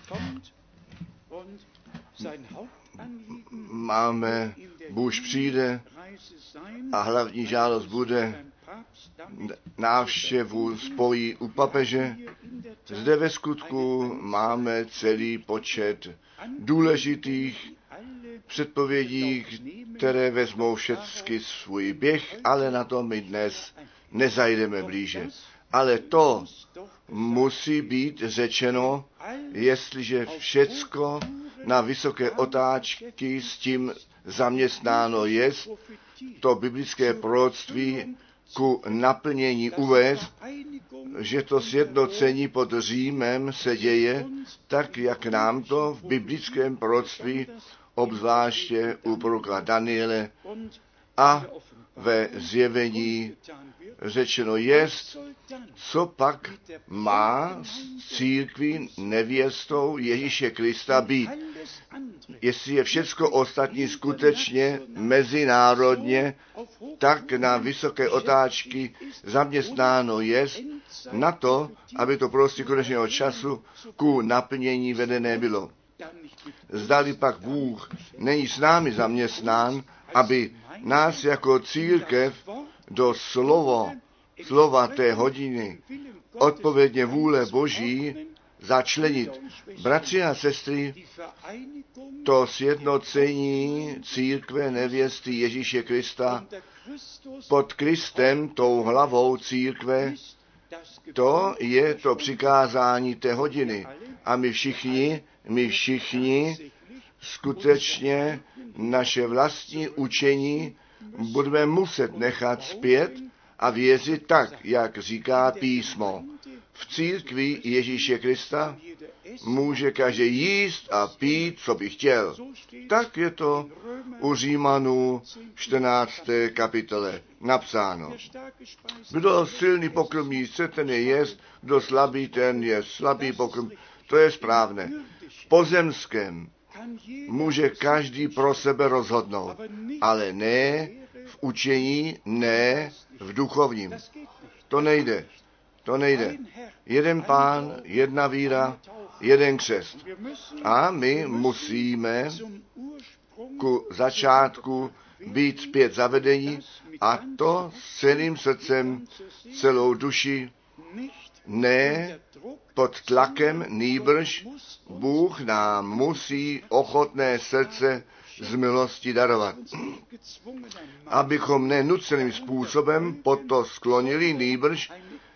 máme, Bůh přijde a hlavní žádost bude návštěvu spojí u papeže. Zde ve skutku máme celý počet důležitých předpovědí, které vezmou všechny svůj běh, ale na to my dnes nezajdeme blíže. Ale to musí být řečeno, jestliže všecko na vysoké otáčky s tím zaměstnáno je, to biblické proroctví ku naplnění uvést, že to sjednocení pod Římem se děje, tak jak nám to v biblickém proroctví, obzvláště u proroka Daniele a ve zjevení řečeno jest, co pak má s církví nevěstou Ježíše Krista být. Jestli je všecko ostatní skutečně mezinárodně, tak na vysoké otáčky zaměstnáno jest na to, aby to prostě konečného času ku naplnění vedené bylo. Zdali pak Bůh není s námi zaměstnán, aby nás jako církev do slova té hodiny odpovědně vůle Boží začlenit. Bratři a sestry, to sjednocení církve nevěsty Ježíše Krista pod Kristem, tou hlavou církve, to je to přikázání té hodiny. A my všichni skutečně naše vlastní učení budeme muset nechat zpět a věřit tak, jak říká písmo. V církvi Ježíše Krista může každý jíst a pít, co by chtěl. Tak je to u Římanů 14. kapitole napsáno. Kdo silný pokrm jíst, ten je jest, kdo slabý, ten je slabý pokrm. To je správné. V pozemském může každý pro sebe rozhodnout, ale ne v učení, ne v duchovním. To nejde. Jeden Pán, jedna víra, jeden křest. A my musíme ku začátku být zpět zavedení, a to s celým srdcem, celou duši, ne pod tlakem, nýbrž Bůh nám musí ochotné srdce z milosti darovat. Abychom nenuceným způsobem pod to sklonili, nýbrž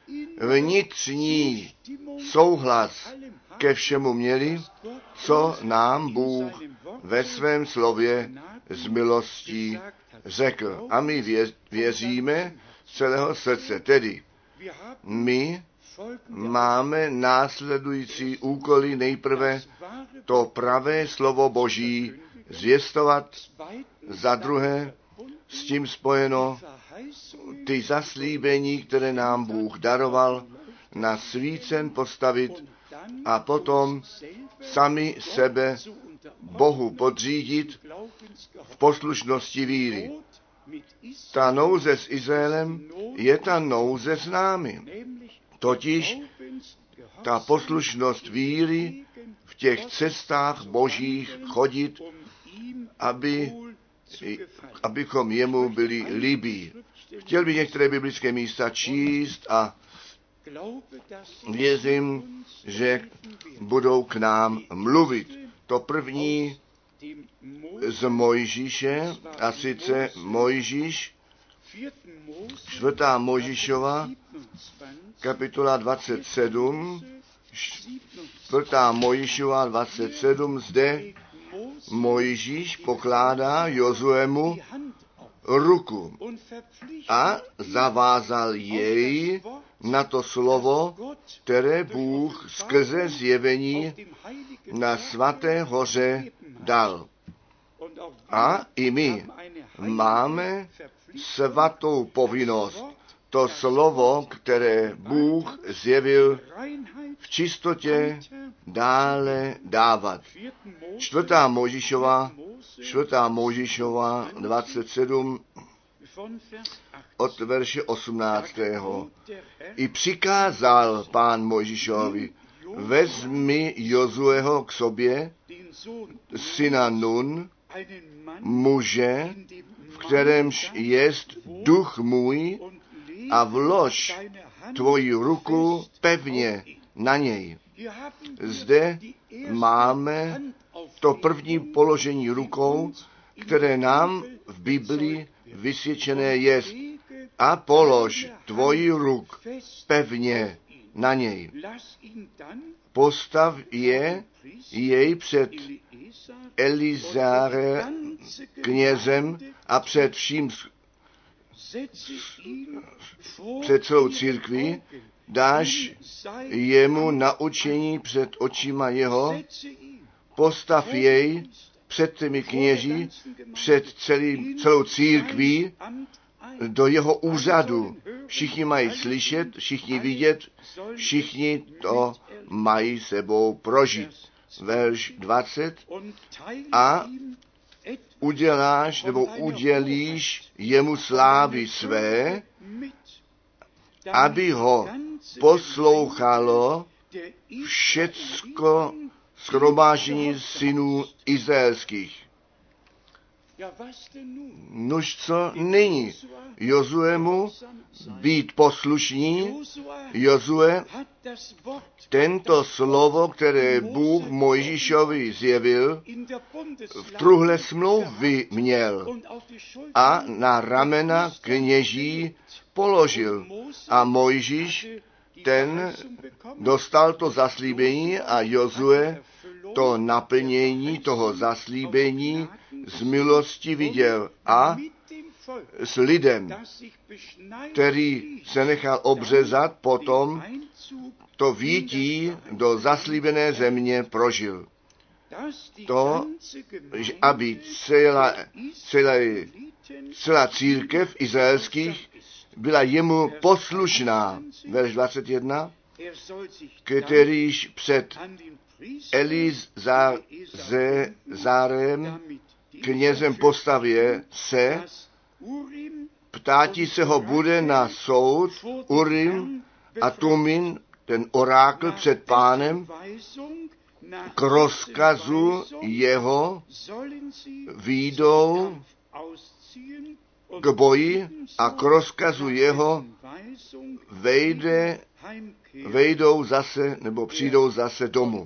vnitřní souhlas ke všemu měli, co nám Bůh ve svém slově z milostí řekl. A my věříme z celého srdce. Tedy my máme následující úkoly: nejprve to pravé slovo Boží zvěstovat, za druhé s tím spojeno ty zaslíbení, které nám Bůh daroval, na svícen postavit a potom sami sebe Bohu podřídit v poslušnosti víry. Ta nouze s Izraelem je ta nouze s námi. Totiž ta poslušnost víry v těch cestách Božích chodit, abychom jemu byli líbí. Chtěl bych některé biblické místa číst a věřím, že budou k nám mluvit. To první z Mojžíše, a sice Mojžíš, 4. Mojžíšova, kapitola 27, 4. Mojžíšova 27, zde Mojžíš pokládá Jozuemu ruku a zavázal jej na to slovo, které Bůh skrze zjevení na svaté hoře dal. A i my máme svatou povinnost to slovo, které Bůh zjevil, v čistotě dále dávat. 4. Mojžíšova 27 od verše 18. I přikázal Pán Mojžíšovi: vezmi Jozueho k sobě, syna Nun, muže, v kterémž jest duch můj, a vlož tvoji ruku pevně na něj. Zde máme to první položení rukou, které nám v Biblii vysvědčené jest. A polož tvoji ruk pevně na něj. Postav jej před Elizáre knězem a před celou církví, dáš jemu naučení před očima jeho, postav jej před těmi kněži, před celou církví, do jeho úřadu. Všichni mají slyšet, všichni vidět, všichni to mají sebou prožít. Verš 20. A udělíš jemu slávy své, aby ho poslouchalo všecko shromáždění synů izraelských. Nuž co nyní? Jozuemu být poslušní. Jozue tento slovo, které Bůh Mojžíšovi zjevil, v truhle smlouvy měl a na ramena kněží položil. A Mojžíš ten dostal to zaslíbení a Jozue to naplnění toho zaslíbení z milosti viděl a s lidem, který se nechal obřezat, potom to vítí do zaslíbené země prožil. To, aby celá církev izraelských byla jemu poslušná. Verš 21, kterýž před Elizárem knězem postavě se, ptátí se ho bude na soud, Urim a Tumin, ten orákl před Pánem, k rozkazu jeho výjdou k boji a k rozkazu jeho vejdou zase, nebo přijdou zase domů.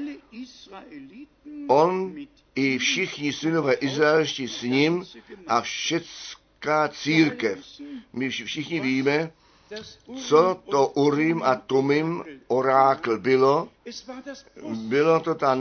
On i všichni synové izraelští s ním a všecká církev. My všichni víme, co to Urim a Tumim orákl bylo. Bylo to ta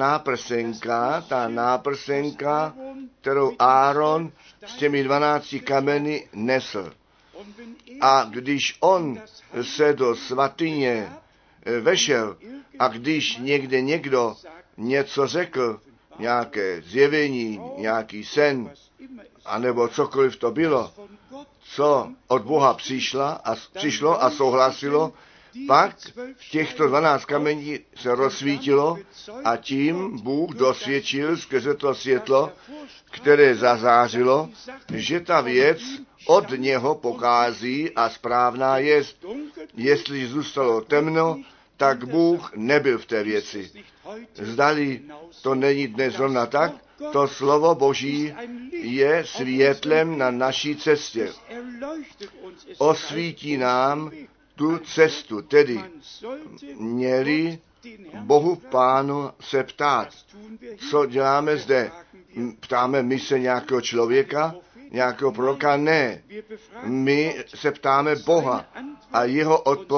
náprsenka, kterou Áron s těmi 12 kameny nesl. A když on se do svatyně vešel a když někde někdo něco řekl, nějaké zjevení, nějaký sen, anebo cokoliv to bylo, co od Boha přišlo a souhlasilo, pak těchto 12 kamení se rozsvítilo a tím Bůh dosvědčil skrze to světlo, které zazářilo, že ta věc od něho pochází a správná jest. Jestli zůstalo temno, tak Bůh nebyl v té věci. Zdali to není dnes zrovna tak, to slovo Boží je světlem na naší cestě. Osvítí nám tu cestu, tedy měli Bohu Pánu se ptát. Co děláme zde? Ptáme my se nějakého člověka, nějakého proroka? Ne. My se ptáme Boha a jeho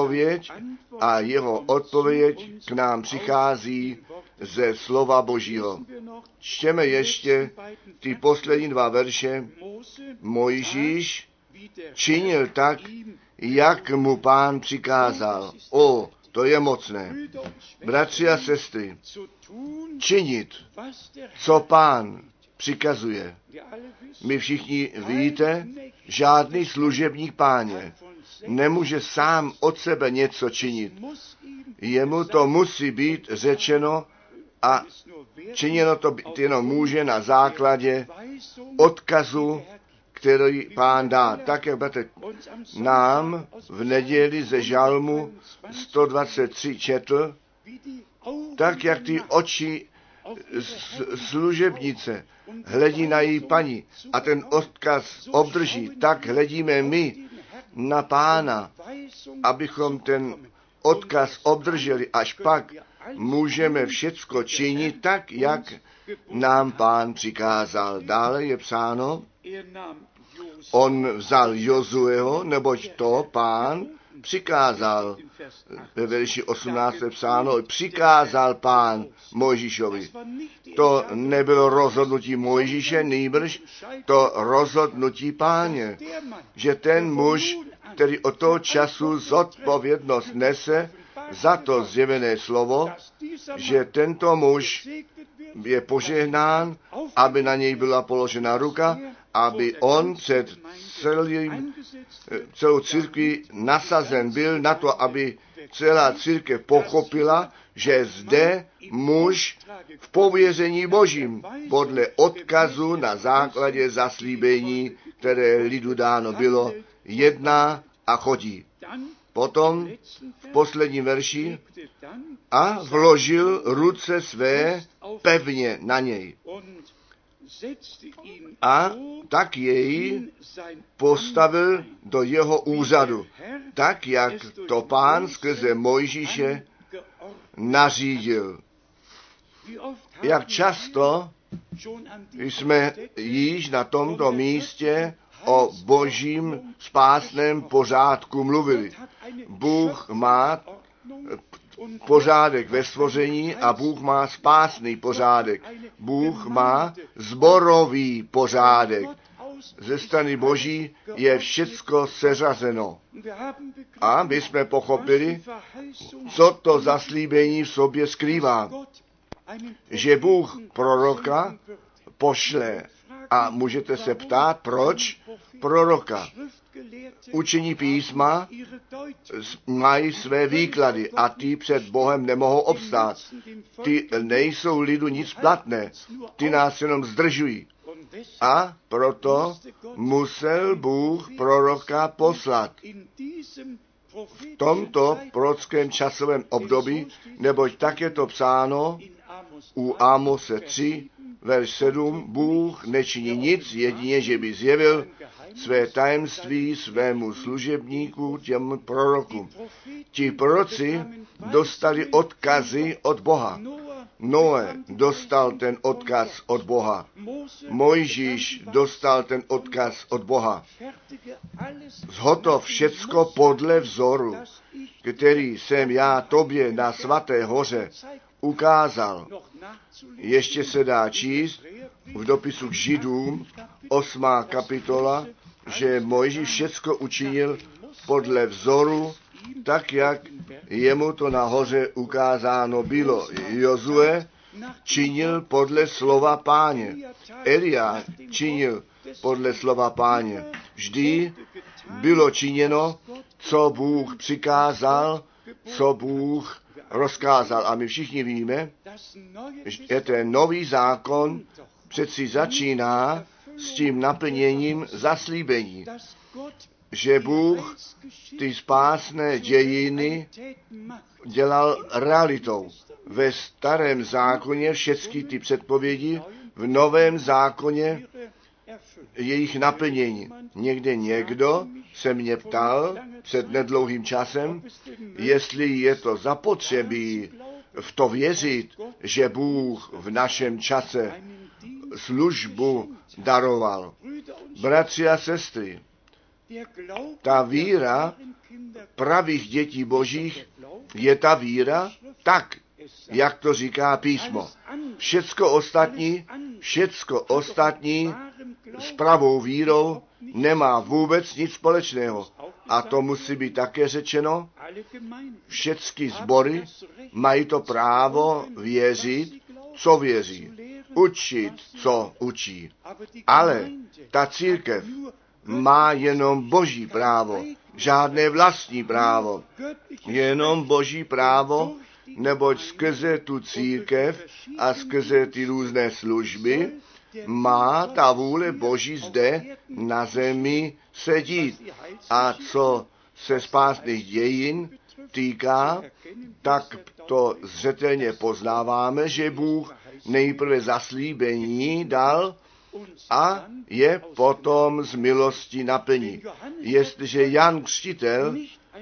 odpověď k nám přichází ze slova Božího. Čteme ještě ty poslední 2 verše. Mojžíš činil tak, jak mu Pán přikázal. To je mocné. Bratři a sestry, činit, co Pán přikazuje. My všichni víte, žádný služebník Páně nemůže sám od sebe něco činit. Jemu to musí být řečeno a činěno to jenom může na základě odkazu, který Pán dá. Tak, jak bratr nám v neděli ze Žalmu 123 četl, Tak, jak ty oči služebnice hledí na její paní a ten odkaz obdrží, tak hledíme my na Pána, abychom ten odkaz obdrželi, až pak můžeme všecko činit tak, jak nám Pán přikázal. Dále je psáno, on vzal Jozueho, neboť to Pán přikázal. Ve verši 18 je psáno, přikázal Pán Mojžíšovi. To nebylo rozhodnutí Mojžíše, nýbrž to rozhodnutí Páně, že ten muž, který od toho času zodpovědnost nese za to zjevené slovo, že tento muž je požehnán, aby na něj byla položena ruka, aby on před celou církví nasazen byl na to, aby celá církev pochopila, že zde muž v pověření Božím podle odkazu na základě zaslíbení, které lidu dáno bylo, jedná a chodí. Potom v posledním verši a vložil ruce své pevně na něj. A tak jej postavil do jeho úřadu, tak jak to Pán skrze Mojžíše nařídil. Jak často jsme již na tomto místě o Božím spásném pořádku mluvili. Bůh má pořádek ve stvoření a Bůh má spásný pořádek. Bůh má sborový pořádek. Ze strany Boží je všecko seřazeno. A my jsme pochopili, co to zaslíbení v sobě skrývá. Že Bůh proroka pošle. A můžete se ptát, proč proroka? Učení písma mají své výklady a ty před Bohem nemohou obstát. Ty nejsou lidu nic platné, ty nás jenom zdržují. A proto musel Bůh proroka poslat. V tomto prorockém časovém období, neboť tak je to psáno u Ámose 3, verš 7, Bůh nečiní nic, jedině, že by zjevil své tajemství svému služebníku, těm prorokům. Ti proroci dostali odkazy od Boha. Noé dostal ten odkaz od Boha. Mojžíš dostal ten odkaz od Boha. Zhotov všecko podle vzoru, který jsem já tobě na svaté hoře ukázal. Ještě se dá číst v dopisu k Židům, 8. kapitola, že Mojžíš všecko učinil podle vzoru, tak jak jemu to na hoře ukázáno bylo. Jozue činil podle slova Páně. Elia činil podle slova Páně. Vždy bylo činěno, co Bůh přikázal, co Bůh rozkázal. A my všichni víme, že ten nový zákon přeci začíná s tím naplněním zaslíbení, že Bůh ty spásné dějiny dělal realitou. Ve starém zákoně všechny ty předpovědi, v novém zákoně jejich naplnění. Někdo se mě ptal před nedlouhým časem, jestli je to zapotřebí v to věřit, že Bůh v našem čase službu daroval. Bratři a sestry, ta víra pravých dětí božích je ta víra tak, jak to říká písmo. Všecko ostatní s pravou vírou nemá vůbec nic společného. A to musí být také řečeno. Všechny sbory mají to právo věřit, co věří. Učit, co učí. Ale ta církev má jenom boží právo, žádné vlastní právo. Jenom boží právo, neboť skrze tu církev a skrze ty různé služby má ta vůle Boží zde na zemi sedít. A co se spásných dějin týká, tak to zřetelně poznáváme, že Bůh nejprve zaslíbení dal a je potom z milosti naplní. Jestliže Jan Křtitel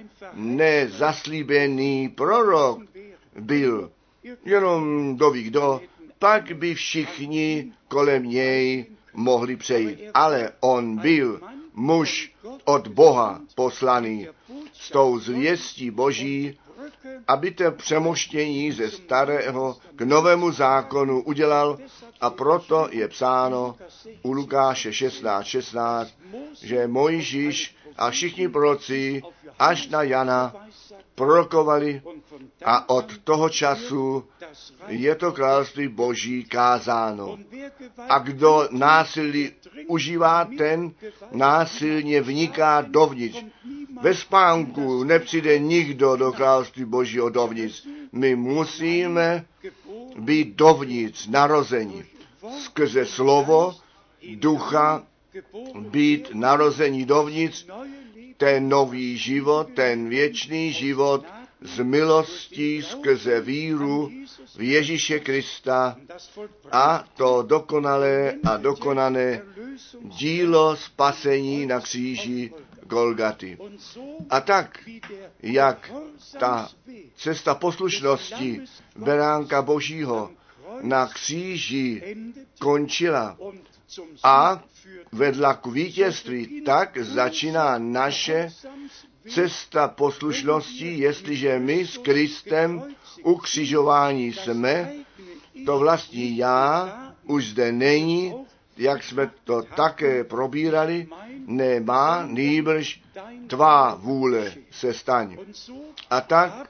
nezaslíbený prorok byl, jenom kdo ví kdo, pak by všichni kolem něj mohli přejít. Ale on byl muž od Boha poslaný s tou zvěstí Boží, aby to přemoštění ze starého k novému zákonu udělal, a proto je psáno u Lukáše 16:16, že Mojžíš a všichni proroci až na Jana prorokovali a od toho času je to království Boží kázáno. A kdo násilí užívá, ten násilně vniká dovnitř. Ve spánku nepřijde nikdo do království Božího dovnitř. My musíme být dovnitř narození. Skrze slovo ducha být narození dovnitř, ten nový život, ten věčný život z milostí skrze víru v Ježíše Krista a to dokonalé a dokonané dílo spasení na kříži Golgaty. A tak, jak ta cesta poslušnosti beránka Božího na kříži končila a vedla k vítězství, tak začíná naše cesta poslušnosti, jestliže my s Kristem u křižování jsme, to vlastní já už zde není, jak jsme to také probírali, nemá, nýbrž tvá vůle se staň. A tak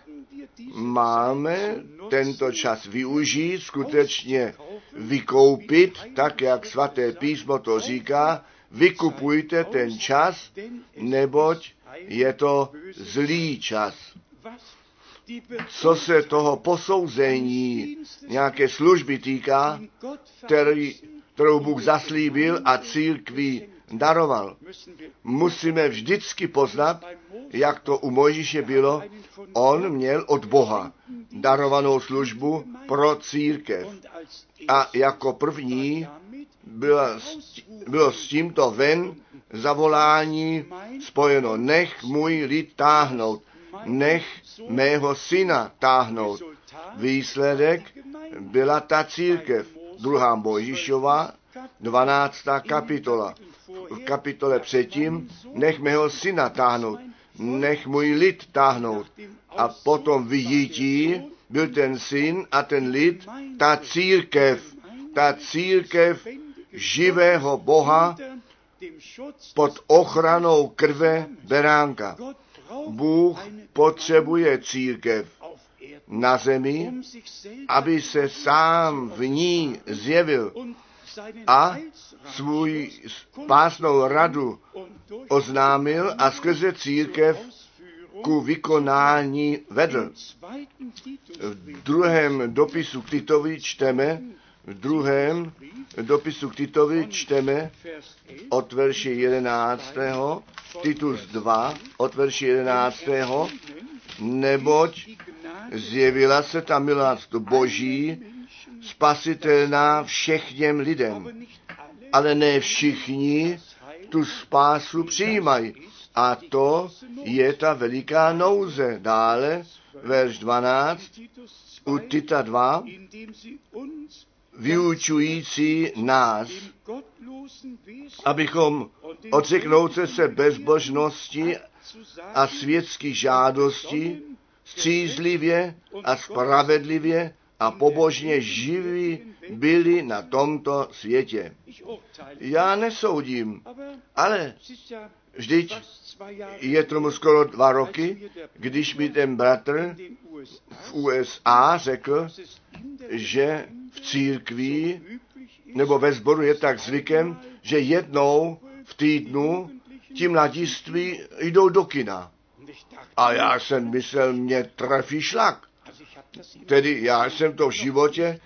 máme tento čas využít, skutečně vykoupit, tak jak svaté písmo to říká, vykupujte ten čas, neboť je to zlý čas. Co se toho posouzení nějaké služby týká, kterou Bůh zaslíbil a církvi daroval, musíme vždycky poznat, jak to u Mojžíše bylo. On měl od Boha darovanou službu pro církev. A jako první bylo s tímto ven zavolání spojeno: nech můj lid táhnout, nech mého syna táhnout. Výsledek byla ta církev. 2. Mojžíšova, 12. kapitola. V kapitole předtím: nech mého syna táhnout, nech můj lid táhnout. A potom vyjítí byl ten syn a ten lid, ta církev živého Boha pod ochranou krve beránka. Bůh potřebuje církev na zemi, aby se sám v ní zjevil a svůj spásnou radu oznámil a skrze církev ku vykonání vedl. V druhém dopisu k Titovi čteme od verše 11. Titus 2, od verše 11. Neboť zjevila se ta milost Boží, spasitelná všem lidem, ale ne všichni tu spásu přijímají. A to je ta veliká nouze. Dále, verš 12, u Tita 2, vyučující nás, abychom odřeknout se bezbožnosti a světských žádostí střízlivě a spravedlivě a pobožně živí byli na tomto světě. Já nesoudím, ale vždyť je tomu skoro 2 roky, když mi ten bratr v USA řekl, že v církvi nebo ve sboru je tak zvykem, že jednou v týdnu ti mladiství jdou do kina. A já jsem myslel, mě trefí šlak. Tedy já jsem to v životě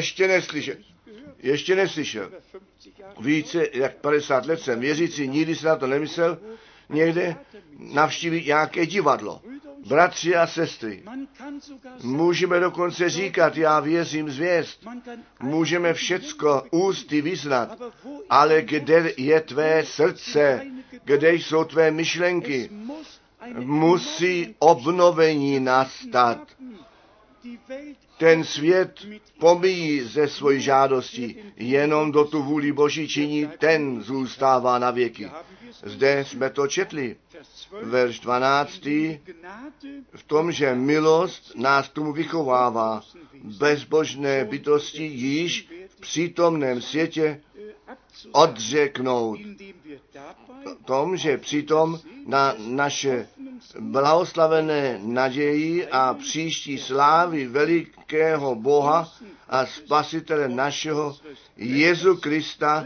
ještě neslyšel. Více jak 50 let jsem věřící, nikdy jsem na to nemyslel někde navštívit nějaké divadlo. Bratři a sestry, můžeme dokonce říkat, já věřím zvěst, můžeme všecko ústy vyznat, ale kde je tvé srdce, kde jsou tvé myšlenky, musí obnovení nastat. Ten svět pomíjí ze svojí žádostí, jenom do tu vůli Boží činí, ten zůstává na věky. Zde jsme to četli, verš 12. V tom, že milost nás tomu vychovává, bezbožné bytosti již v přítomném světě odřeknout. V tom, že přitom na naše blahoslavené naději a příští slávy velikého Boha a Spasitele našeho Jezu Krista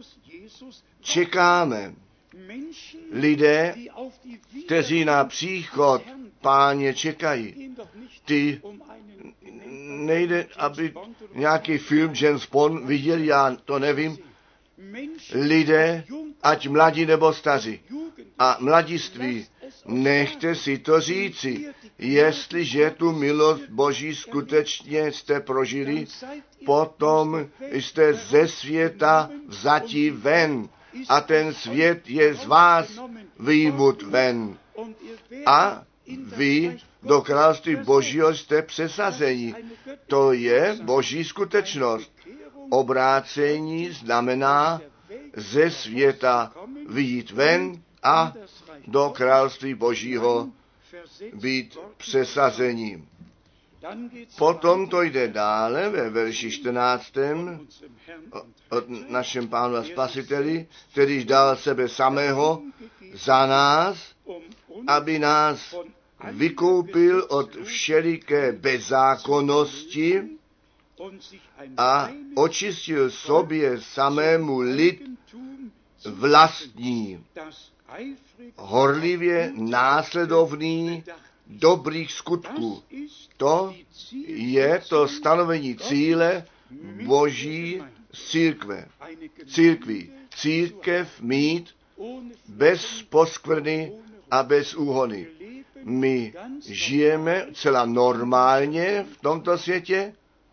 čekáme. Lidé, kteří na příchod Páně čekají, ty nejde, aby nějaký film James Bond viděli, já to nevím. Lidé, ať mladí nebo staří a mladiství, nechte si to říci. Jestliže tu milost Boží skutečně jste prožili, potom jste ze světa vzati ven a ten svět je z vás vyjmut ven. A vy do království Božího jste přesazeni. To je Boží skutečnost. Obrácení znamená ze světa vyjít ven a do království Božího být přesazení. Potom to jde dále ve verši 14. od našem Pánu a Spasiteli, který dal sebe samého za nás, aby nás vykoupil od všeliké bezzákonnosti a očistil sobě samému lid vlastní, horlivě následovný dobrých skutků. To je to stanovení cíle Boží církví. Církev mít bez poskvrny a bez úhony. My žijeme celá normálně v tomto světě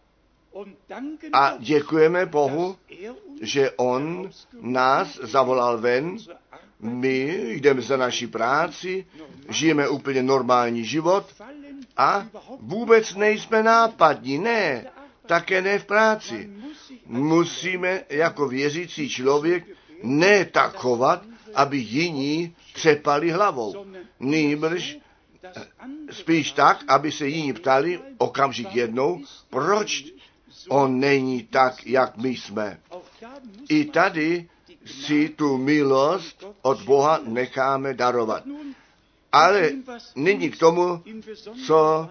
a děkujeme Bohu, že On nás zavolal ven. My jdeme za naší práci, žijeme úplně normální život a vůbec nejsme nápadní, ne, také ne v práci. Musíme jako věřící člověk ne tak chovat, aby jiní třepali hlavou. Nýbrž spíš tak, aby se jiní ptali okamžik jednou, proč on není tak, jak my jsme. I tady si tu milost od Boha necháme darovat. Ale nyní k tomu, co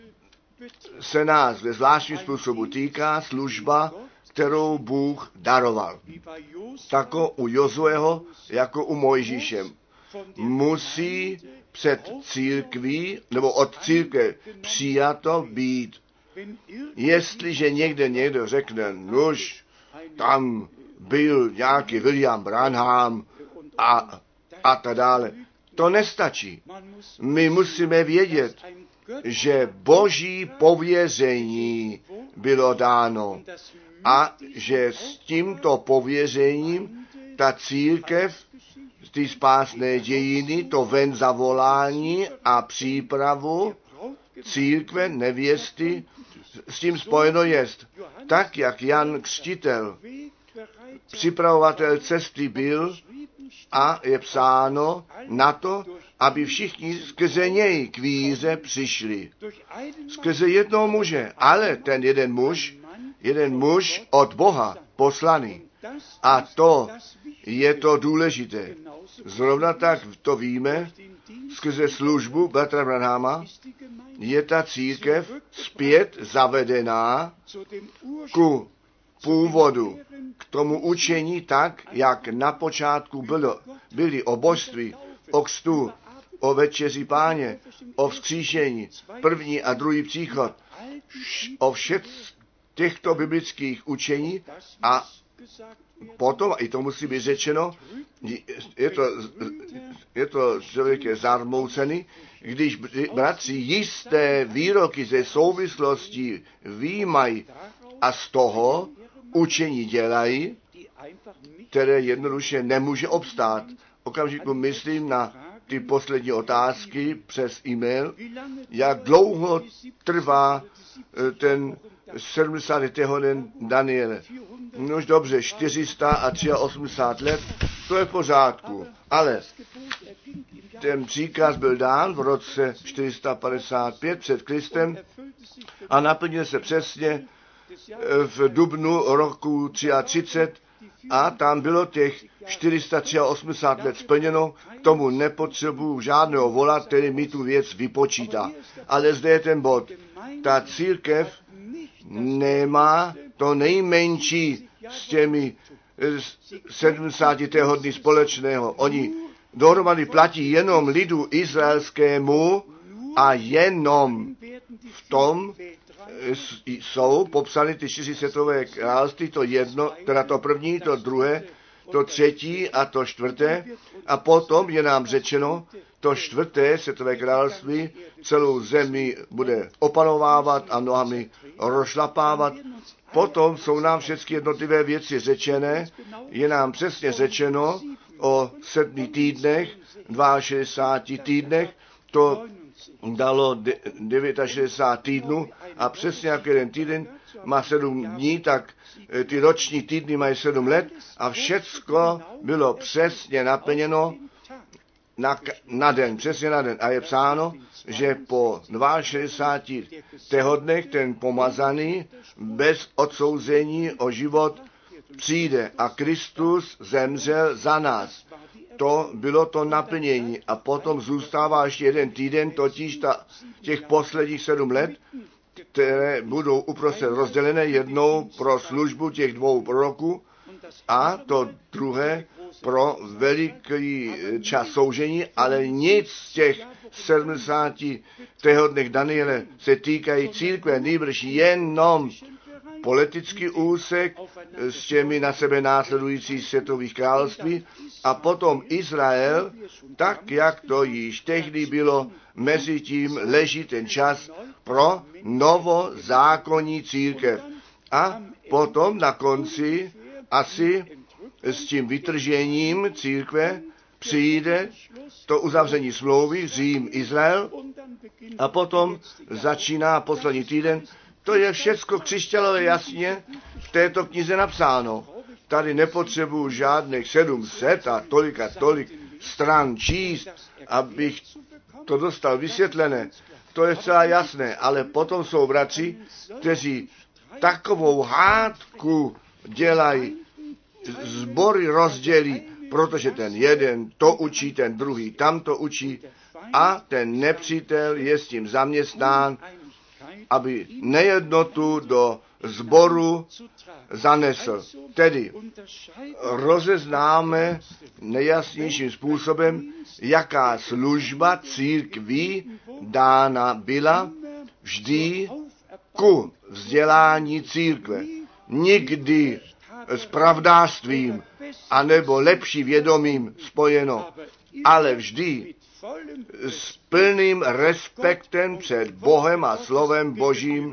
se nás ve zvláštním způsobu týká, služba, kterou Bůh daroval. Tako u Jozueho, jako u Mojžíše. Musí před církví, nebo od církve přijato být. Jestliže někdo řekne, nuž, tam byl nějaký William Branham a tak dále. To nestačí. My musíme vědět, že Boží pověření bylo dáno a že s tímto pověřením ta církev, ty spásné dějiny, to ven zavolání a přípravu církve, nevěsty, s tím spojeno jest. Tak, jak Jan Křtitel, připravovatel cesty byl a je psáno na to, aby všichni skrze něj k víře přišli. Skrze jednoho muže, ale ten jeden muž od Boha poslaný. A to je to důležité. Zrovna tak to víme, skrze službu bratra Branhama je ta církev zpět zavedená ku původu, k tomu učení tak, jak na počátku byly o božství, o křtu, o večeři Páně, o vzkříšení, první a druhý příchod, o všech těchto biblických učení a potom, i to musí být řečeno, je to člověk je zarmoucený, když bratři jisté výroky ze souvislostí výjímají a z toho učení dělají, které jednoduše nemůže obstát. Okamžiku myslím na ty poslední otázky přes e-mail, jak dlouho trvá ten 70. den Daniele. No už dobře, 483 let, to je v pořádku, ale ten příkaz byl dán v roce 455 před Kristem a naplnil se přesně v dubnu roku 33 a tam bylo těch 483 let splněno, k tomu nepotřebuji žádného vola, který mi tu věc vypočítá. Ale zde je ten bod. Ta církev nemá to nejmenší s těmi 70 dny společného. Oni dohromady platí jenom lidu izraelskému a jenom v tom jsou popsány ty 4 světové království, to jedno, teda to první, to druhé, to třetí a to čtvrté. A potom je nám řečeno, to čtvrté světové království celou zemi bude opanovávat a nohami rozšlapávat. Potom jsou nám všechny jednotlivé věci řečené, je nám přesně řečeno o 7 týdnech, 62 týdnech, to dalo 69 týdnů a přesně jak jeden týden má 7 dní, tak ty roční týdny mají 7 let a všecko bylo přesně naplněno na den, přesně na den. A je psáno, že po 62 dnech ten pomazaný bez odsouzení o život přijde a Kristus zemřel za nás. To bylo to naplnění a potom zůstává ještě jeden týden, totiž těch posledních 7 let, které budou uprostřed rozdělené jednou pro službu těch 2 proroků a to druhé pro veliký čas soužení, ale nic z těch 70 dnech Daniele se týkají církve, nýbrž jenom politický úsek s těmi na sebe následující světových království a potom Izrael, tak jak to již tehdy bylo, mezi tím leží ten čas pro novozákonní církev. A potom na konci asi s tím vytržením církve přijde to uzavření smlouvy Řím-Izrael a potom začíná poslední týden. To je všecko křišťálové jasně v této knize napsáno. Tady nepotřebuji žádných 700 a tolik stran číst, abych to dostal vysvětlené. To je celá jasné, ale potom jsou bratři, kteří takovou hádku dělají, sbory rozdělí, protože ten jeden to učí, ten druhý tam to učí a ten nepřítel je s tím zaměstnán, aby nejednotu do sboru zanesl. Tedy rozeznáme nejasnějším způsobem, jaká služba církví dána byla vždy ku vzdělání církve. Nikdy s pravdářstvím anebo lepší vědomím spojeno, ale vždy s plným respektem před Bohem a slovem Božím.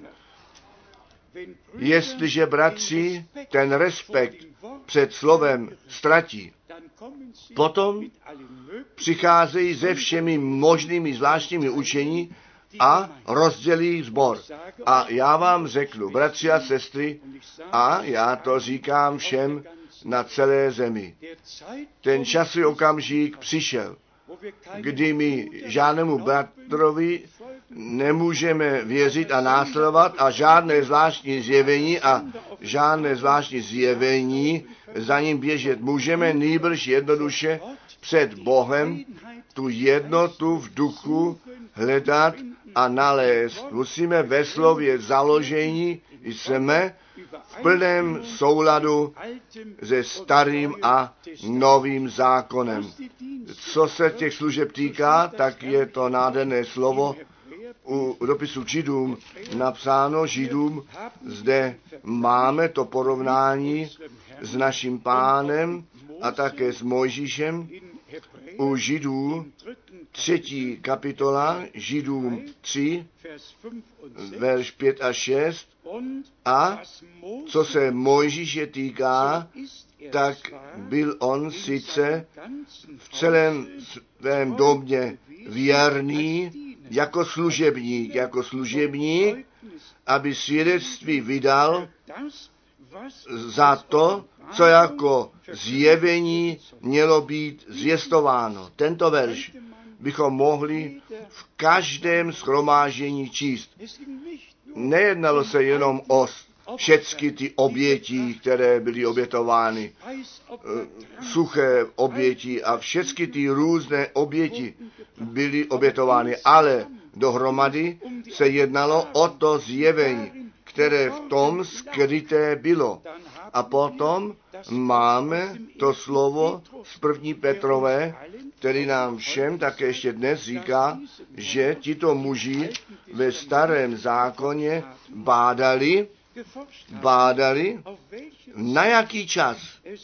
Jestliže bratři ten respekt před slovem ztratí, potom přicházejí se všemi možnými zvláštními učení a rozdělí sbor. A já vám řeknu, bratři a sestry, a já to říkám všem na celé zemi, ten časový okamžik přišel, kdy my žádnému bratrovi nemůžeme věřit a následovat a žádné zvláštní zjevení za ním běžet můžeme, nýbrž jednoduše před Bohem tu jednotu v duchu hledat a nalézt. Musíme ve slově založení, jsme v plném souladu se starým a novým zákonem. Co se těch služeb týká, tak je to nádherné slovo u dopisu Židům napsáno, Židům, zde máme to porovnání s naším Pánem a také s Mojžíšem. U Židů 3. kapitola, Židům 3, verš 5 a 6. A co se Mojžíše týká, tak byl on sice v celém svém domě věrný jako služebník, aby svědectví vydal za to, co jako zjevení mělo být zvěstováno. Tento verš bychom mohli v každém shromáždění číst. Nejednalo se jenom o všechny ty oběti, které byly obětovány, suché oběti a všechny ty různé oběti byly obětovány, ale dohromady se jednalo o to zjevení, které v tom skryté bylo. A potom máme to slovo z 1. Petrové, který nám všem také ještě dnes říká, že tito muži ve starém zákoně bádali, na jaký čas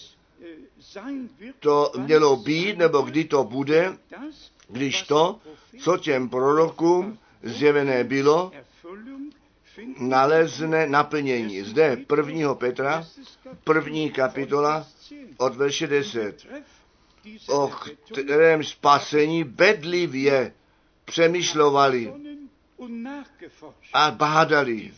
to mělo být, nebo kdy to bude, když to, co těm prorokům zjevené bylo, nalezne naplnění. Zde 1. Petra, 1. kapitola od verše 10, o kterém spasení bedlivě přemýšlovali a bádali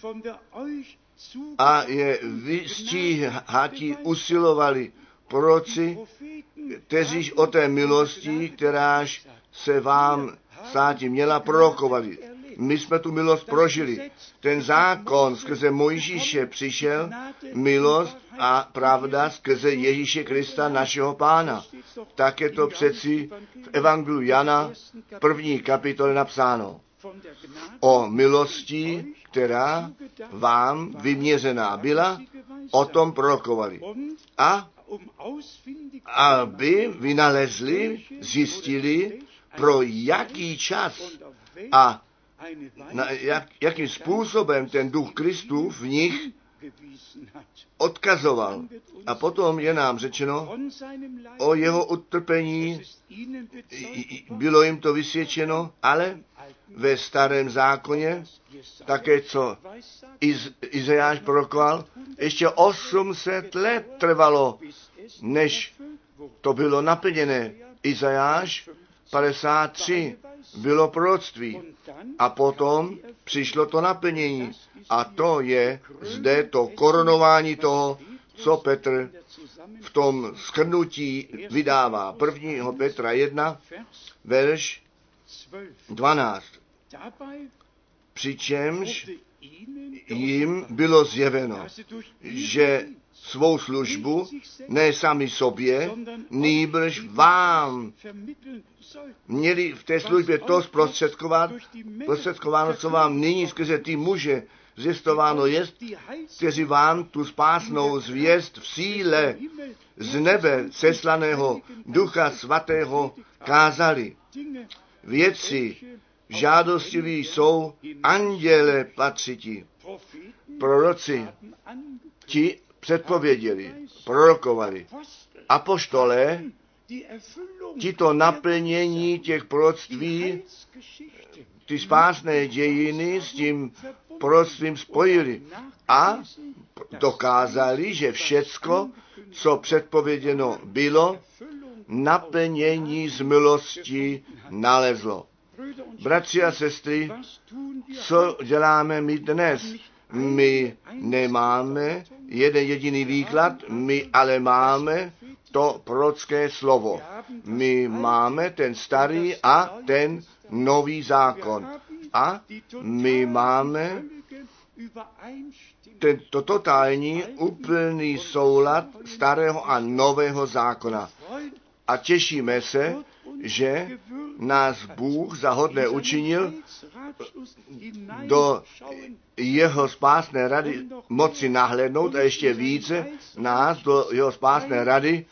a je vystíhati usilovali proroci, kteří o té milosti, kteráž se vám státi měla, prorokovali. My jsme tu milost prožili. Ten zákon skrze Mojžíše přišel, milost a pravda skrze Ježíše Krista, našeho Pána. Tak je to přeci v Evangeliu Jana 1. kapitole napsáno. O milosti, která vám vyměřená byla, o tom prorokovali. A aby vynalezli, zjistili, pro jaký čas a jakým způsobem ten duch Kristův v nich odkazoval. A potom je nám řečeno o jeho utrpení, bylo jim to vysvědčeno, ale ve starém zákoně, také co Izajáš prorokoval, ještě 800 let trvalo, než to bylo naplněné. Izajáš 53 bylo proroctví a potom přišlo to naplnění. A to je zde to korunování toho, co Petr v tom shrnutí vydává. 1. Petra 1, verš 12. Přičemž jim bylo zjeveno, že svou službu ne sami sobě, nýbrž vám měli v té službě to zprostředkováno, co vám nyní skrze ty muže zjistováno jest, kteří vám tu spásnou zvěst v síle z nebe seslaného Ducha Svatého kázali. Věci žádostiví jsou anděle patřiti. Proroci, ti předpověděli, prorokovali. Apoštolé, ti to naplnění těch proroctví, ty spásné dějiny s tím proroctvím spojili a dokázali, že všecko, co předpověděno bylo, naplnění z milosti nalezlo. Bratři a sestry, co děláme my dnes? My nemáme jeden jediný výklad, my ale máme to prorocké slovo. My máme ten starý a ten nový zákon. A my máme tento totální, úplný soulad starého a nového zákona. A těšíme se, že nás Bůh za hodné učinil do jeho spásné rady moci nahlédnout a ještě více nás do jeho spásné rady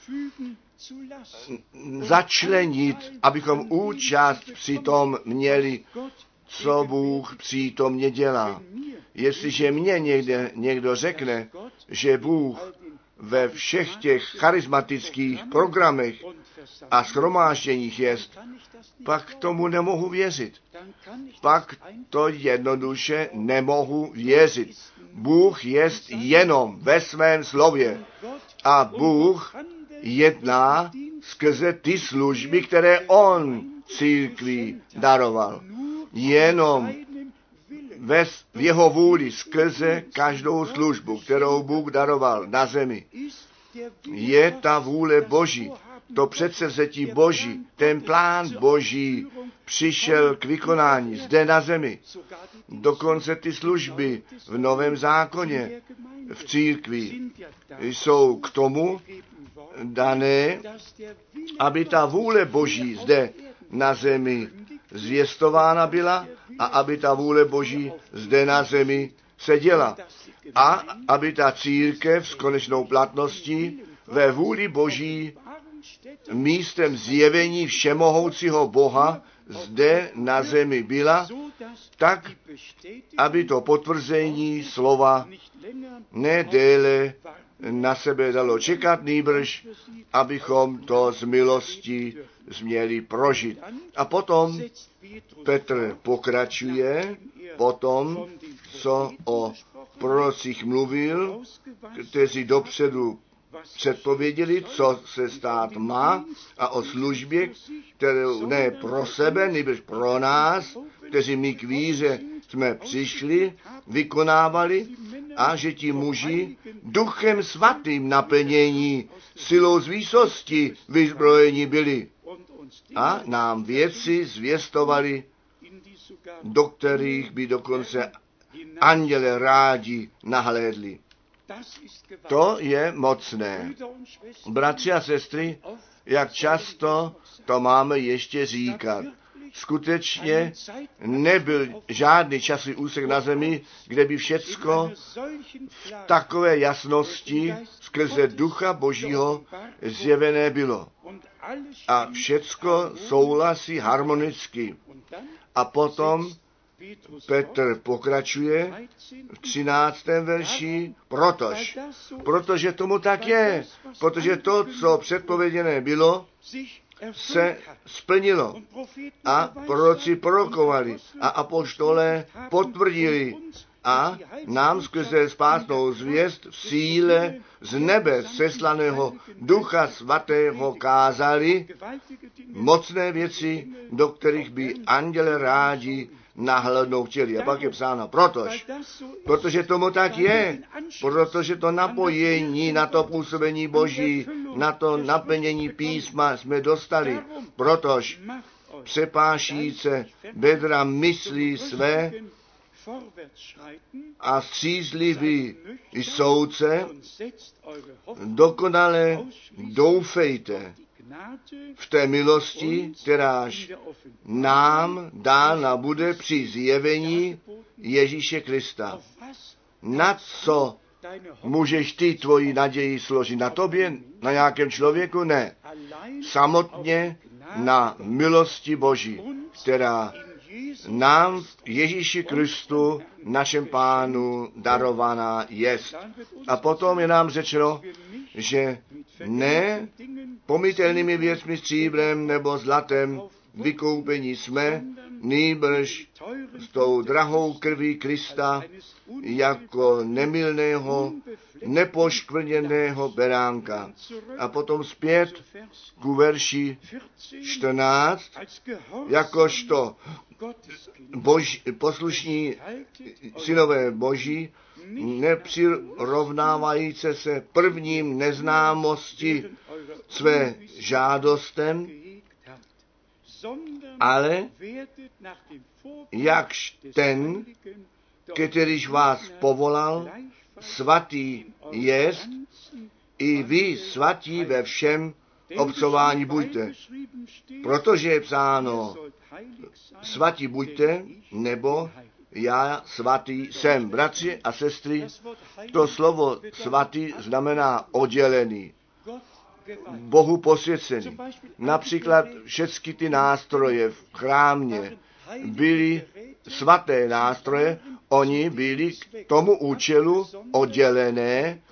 začlenit, abychom účast při tom měli, co Bůh přítomně dělá. Jestliže mě někdo řekne, že Bůh ve všech těch charismatických programech a shromážděních jest, pak tomu nemohu věřit. Pak to jednoduše nemohu věřit. Bůh jest jenom ve svém slově a Bůh jedná skrze ty služby, které on církvi daroval. Jenom v jeho vůli skrze každou službu, kterou Bůh daroval na zemi, je ta vůle Boží, to předsevzetí Boží, ten plán Boží přišel k vykonání zde na zemi. Dokonce ty služby v Novém zákoně v církvi jsou k tomu dané, aby ta vůle Boží zde na zemi zvěstována byla a aby ta vůle Boží zde na zemi se děla. A aby ta církev s konečnou platností ve vůli Boží místem zjevení všemohoucího Boha zde na zemi byla, tak, aby to potvrzení slova nedéle na sebe dalo čekat, nýbrž, abychom to z milosti směli prožít. A potom Petr pokračuje po tom, co o prorocích mluvil, kteří dopředu předpověděli, co se stát má, a o službě, kterou ne pro sebe, nýbrž pro nás, kteří my k víře jsme přišli, vykonávali, a že ti muži duchem svatým naplnění, silou z výsosti vyzbrojení byli a nám věci zvěstovali, do kterých by dokonce anděle rádi nahlédli. To je mocné. Bratři a sestry, jak často to máme ještě říkat. Skutečně nebyl žádný časový úsek na zemi, kde by všecko v takové jasnosti skrze Ducha Božího zjevené bylo. A všecko souhlasí harmonicky. A potom Petr pokračuje v 13. verši, protože tomu tak je, protože to, co předpověděné bylo, se splnilo a proroci prorokovali a apoštolé potvrdili a nám skrze spásnou zvěst v síle z nebe seslaného Ducha Svatého kázali mocné věci, do kterých by anděle rádi nahlédnout chtěli. A pak je psáno, protože tomu tak je, protože to napojení na to působení Boží, na to naplnění písma jsme dostali, protože přepášíce bedra myslí své a střízliví soudce, dokonale doufejte v té milosti, kteráž nám dána bude při zjevení Ježíše Krista. Na co můžeš ty tvoji naději složit? Na tobě? Na nějakém člověku? Ne. Samotně na milosti Boží, která nám v Ježíši Kristu, našem Pánu, darovaná jest. A potom je nám řečeno, že ne pomytelnými věcmi, stříbrem nebo zlatem vykoupení jsme, nýbrž s tou drahou krví Krista jako nemylného, nepoškvrněného beránka. A potom zpět ku verši 14, jakožto poslušní synové Boží, nepřirovnávající se prvním neznámosti své žádostem, ale jakž ten, kterýž vás povolal, svatý jest, i vy svatí ve všem obcování buďte. Protože je psáno, svatí buďte, nebo já svatý jsem. Bratři a sestry, to slovo svatý znamená oddělený, Bohu posvěcený. Například všechny ty nástroje v chrámě byly svaté nástroje, oni byli k tomu účelu oddělené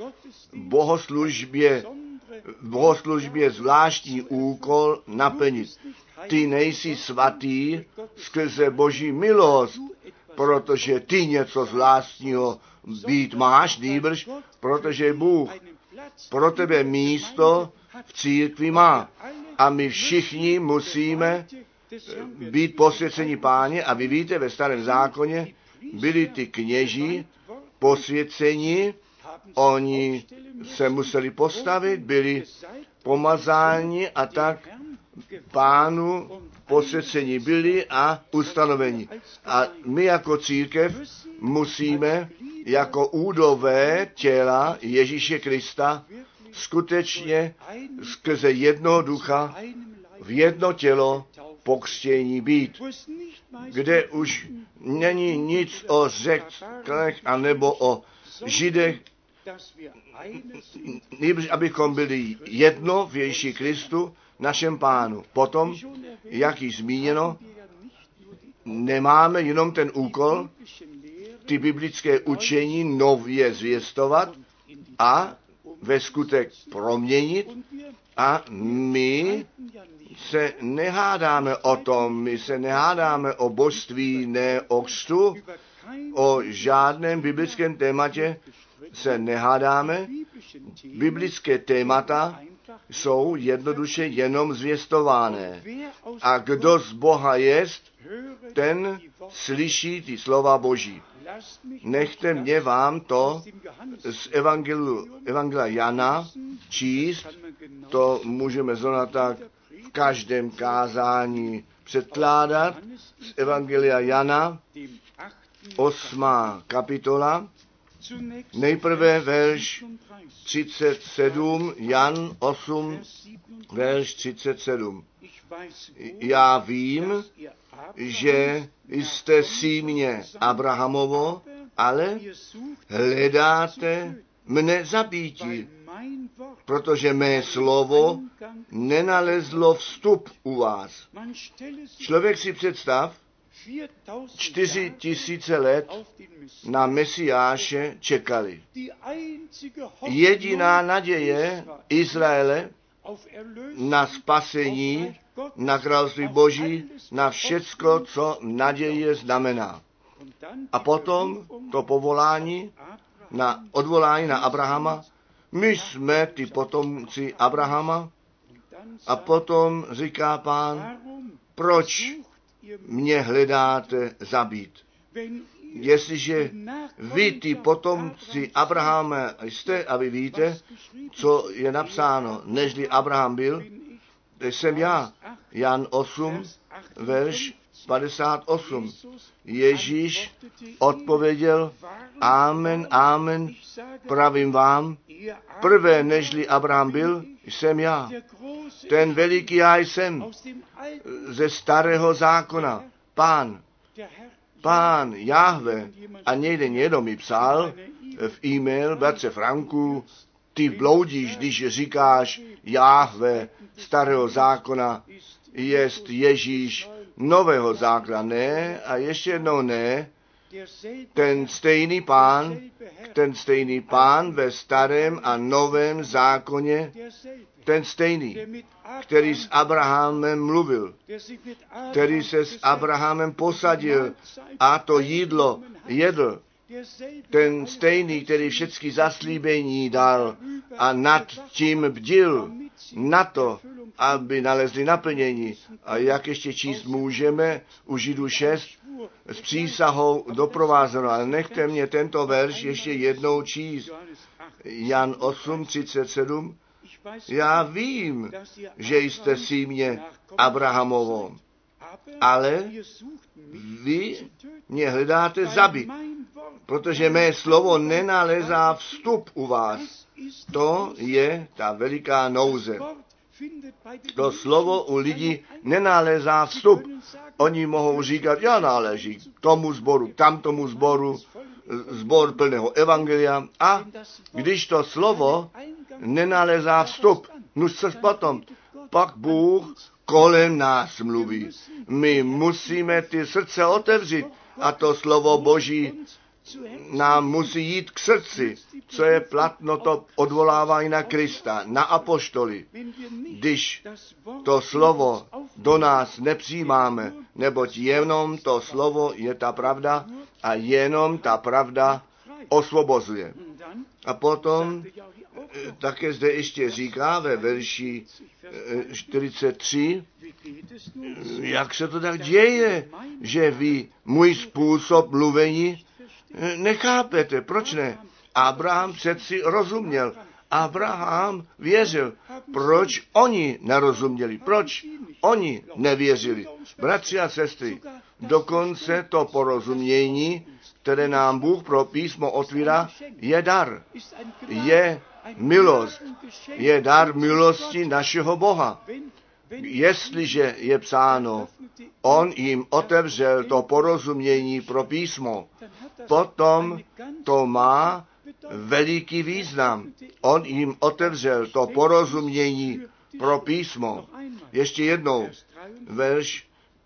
bohoslužbě zvláštní úkol naplnit. Ty nejsi svatý skrze Boží milost, protože ty něco zvláštního být máš, nýbrž, protože Bůh pro tebe místo v církvi má. A my všichni musíme být posvěceni Páně. A vy víte, ve Starém zákoně byli ty kněží posvěceni, oni se museli postavit, byli pomazáni a tak Pánu posvěceni byli a ustanoveni. A my jako církev musíme jako údové těla Ježíše Krista skutečně skrze jednoho ducha v jedno tělo pokřtění být, kde už není nic o Řeklech anebo o Židech, nýbrž abychom byli jedno v Ježíši Kristu, našem Pánu. Potom, jak již zmíněno, nemáme jenom ten úkol, ty biblické učení nově zvěstovat a ve skutek proměnit, a my se nehádáme o tom, my se nehádáme o božství, ne o křtu, o žádném biblickém tématě se nehádáme. Biblické témata jsou jednoduše jenom zvěstované. A kdo z Boha jest, ten slyší ty slova Boží. Nechte mě vám to z Evangelia Jana číst, to můžeme zrovna tak v každém kázání předkládat. Z Evangelia Jana, 8. kapitola, nejprve verš 37, Jan 8, verš 37. Já vím, že jste símě Abrahamovo, ale hledáte mne zabíti, protože mé slovo nenalezlo vstup u vás. Člověk si představ, 4000 let na Mesiáše čekali. Jediná naděje Izraele na spasení, na království Boží, na všecko, co naděje znamená. A potom to povolání, odvolání na Abrahama. My jsme ty potomci Abrahama. A potom říká Pán, proč mě hledáte zabít? Jestliže vy ty potomci Abrahama jste a vy víte, co je napsáno, nežli Abraham byl, to jsem já. Jan 8, verš 58. Ježíš odpověděl, amen, amen, pravím vám, prvé nežli Abraham byl, jsem já. Ten veliký já jsem ze starého zákona. Pán Jahve. A někdo mi psal v e-mail, bratře Franku, ty bloudíš, když říkáš Jahve starého zákona, jest Ježíš nového zákona. Ne, a ještě jednou ne, ten stejný pán ve starém a novém zákoně, ten stejný, který s Abrahamem mluvil, který se s Abrahamem posadil a to jídlo jedl, ten stejný, který všechny zaslíbení dal a nad tím bdil, na to, aby nalezli naplnění. A jak ještě číst můžeme u Židů 6 s přísahou doprovázeno. Ale nechte mě tento verš ještě jednou číst. Jan 8, 37. Já vím, že jste símě Abrahamovo, ale vy mě hledáte zabít, protože mé slovo nenalezá vstup u vás. To je ta veliká nouze. To slovo u lidí nenalezá vstup. Oni mohou říkat, já náleží k tomu sboru, k tamtomu sboru, sbor plného evangelia. A když to slovo nenalezá vstup, no co potom? Pak Bůh kolem nás mluví. My musíme ty srdce otevřít a to slovo Boží nám musí jít k srdci, co je platno, to odvolává i na Krista, na apoštoly. Když to slovo do nás nepřijímáme, neboť jenom to slovo je ta pravda a jenom ta pravda osvobozuje. A potom také zde ještě říká ve verši 43, jak se to tak děje, že vy můj způsob mluvení nechápete. Proč ne? Abraham přeci rozuměl. Abraham věřil. Proč oni nerozuměli? Proč oni nevěřili? Bratři a sestry, dokonce to porozumění, které nám Bůh pro písmo otvírá, je dar. Je milost. Je dar milosti našeho Boha. Jestliže je psáno, on jim otevřel to porozumění pro písmo, potom to má veliký význam. On jim otevřel to porozumění pro písmo. Ještě jednou, verš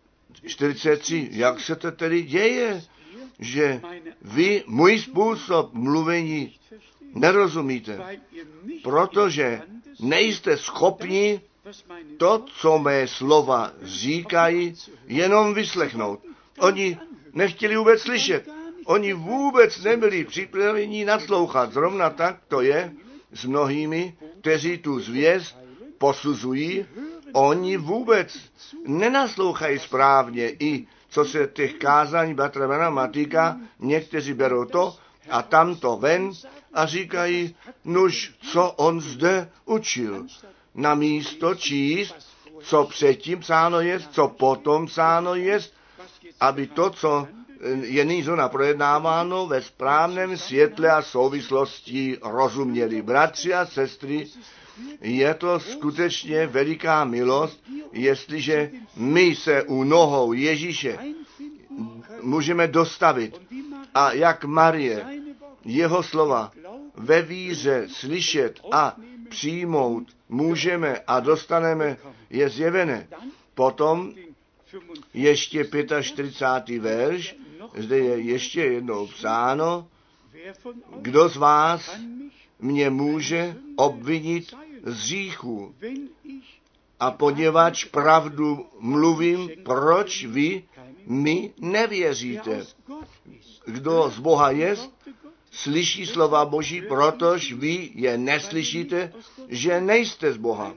43. Jak se to tedy děje, že vy můj způsob mluvení nerozumíte? Protože nejste schopni to, co mé slova říkají, jenom vyslechnout. Oni nechtěli vůbec slyšet. Oni vůbec nebyli připraveni naslouchat. Zrovna tak to je s mnohými, kteří tu zvěst posuzují. Oni vůbec nenaslouchají správně. I co se těch kázání bratra Branhama týká, někteří berou to a tamto ven a říkají, nuž, co on zde učil. Na místo číst, co předtím psáno jest, co potom psáno jest, aby to, co je nyní zóna projednáváno, ve správném světle a souvislosti rozuměli. Bratři a sestry, je to skutečně veliká milost, jestliže my se u nohou Ježíše můžeme dostavit a jak Marie jeho slova ve víře slyšet a přijmout můžeme a dostaneme, je zjevené. Potom ještě 45. verš, zde je ještě jednou psáno, kdo z vás mě může obvinit z hříchu. A poněvadž pravdu mluvím, proč vy mi nevěříte? Kdo z Boha jest, slyší slova Boží, protože vy je neslyšíte, že nejste z Boha.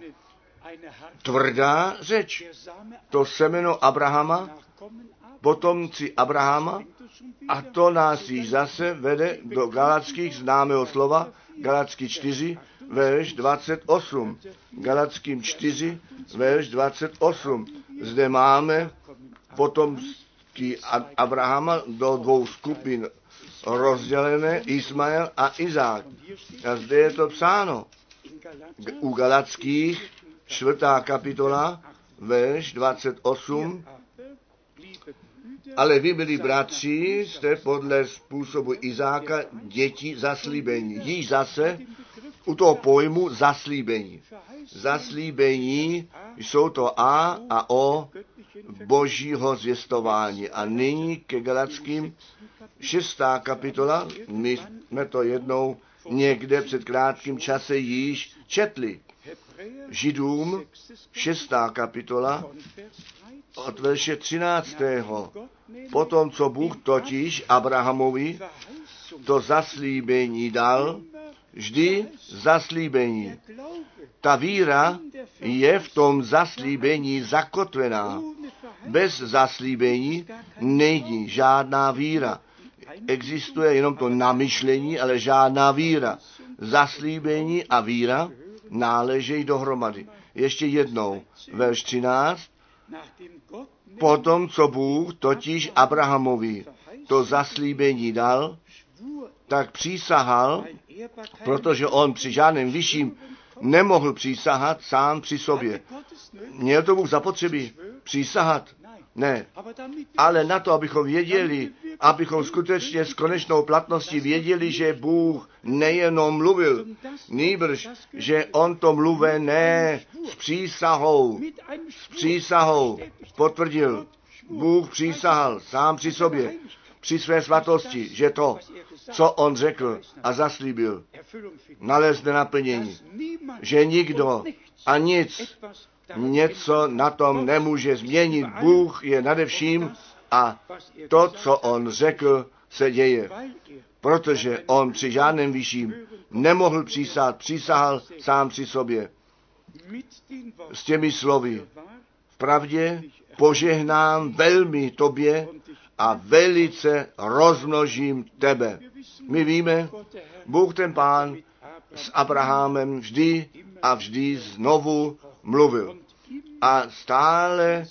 Tvrdá řeč. To semeno Abrahama, potomci Abrahama, a to nás již zase vede do Galackých známého slova, Galacký 4, verš 28. Galackým 4, verš 28. Zde máme potomství Abrahama do dvou skupin rozdělené, Ismael a Izák. A zde je to psáno. U Galackých 4. kapitola, verš 28. Ale vy, milí bratři, jste podle způsobu Izáka děti zaslíbení. Již zase u toho pojmu zaslíbení. Zaslíbení jsou to A a O Božího zvěstování. A nyní ke Galackým 6. kapitola, my jsme to jednou někde před krátkým čase již četli. Židům 6. kapitola od verše 13. Potom, co Bůh totiž Abrahamovi to zaslíbení dal, vždy zaslíbení. Ta víra je v tom zaslíbení zakotvená. Bez zaslíbení není žádná víra. Existuje jenom to namyšlení, ale žádná víra. Zaslíbení a víra náležejí dohromady. Ještě jednou, verš 13. Potom, co Bůh totiž Abrahamovi to zaslíbení dal, tak přísahal, protože on při žádném vyšším nemohl přísahat sám při sobě. Měl to Bůh zapotřebí přísahat? Ne. Ale na to, abychom věděli, abychom skutečně s konečnou platností věděli, že Bůh nejenom mluvil, nýbrž, že on to mluvené s přísahou potvrdil. Bůh přísahal sám při sobě, při své svatosti, že to, co on řekl a zaslíbil, nalezne naplnění. Že nikdo a nic něco na tom nemůže změnit. Bůh je nade vším a to, co on řekl, se děje. Protože on při žádném vyšším nemohl přísahat, přísahal sám při sobě. S těmi slovy, vpravdě požehnám velmi tobě a velice rozmnožím tebe. My víme, Bůh ten Pán s Abrahamem vždy a vždy znovu mluvil. A stále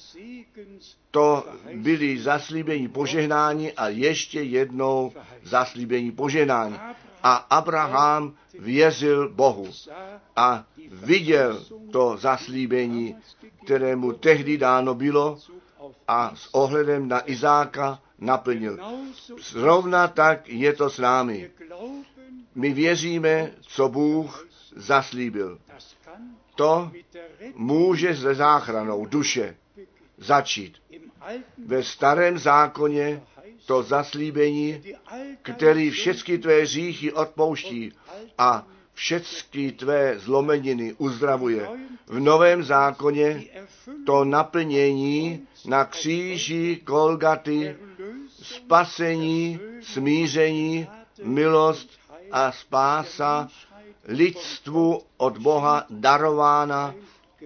to byli zaslíbení požehnání a ještě jednou zaslíbení požehnání. A Abraham věřil Bohu a viděl to zaslíbení, kterému tehdy dáno bylo a s ohledem na Izáka naplnil. Zrovna tak je to s námi. My věříme, co Bůh zaslíbil. To může se záchranou duše začít. Ve starém zákoně to zaslíbení, který všechny tvé hříchy odpouští a všechny tvé zlomeniny uzdravuje. V novém zákoně to naplnění na kříži Golgaty, spasení, smíření, milost a spása lidstvu od Boha darována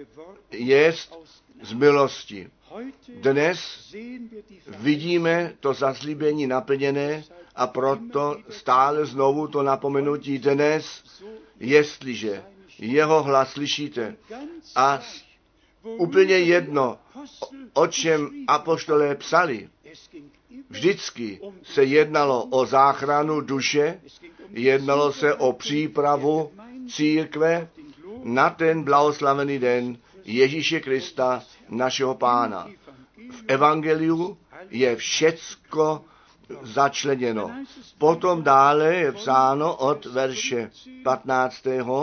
jest z milosti. Dnes vidíme to zaslíbení naplněné a proto stále znovu to napomenutí dnes, jestliže jeho hlas slyšíte a úplně jedno, o čem apoštolé psali, vždycky se jednalo o záchranu duše, jednalo se o přípravu církve na ten blahoslavený den Ježíše Krista, našeho Pána. V evangeliu je všecko začleněno. Potom dále je psáno od verše 15.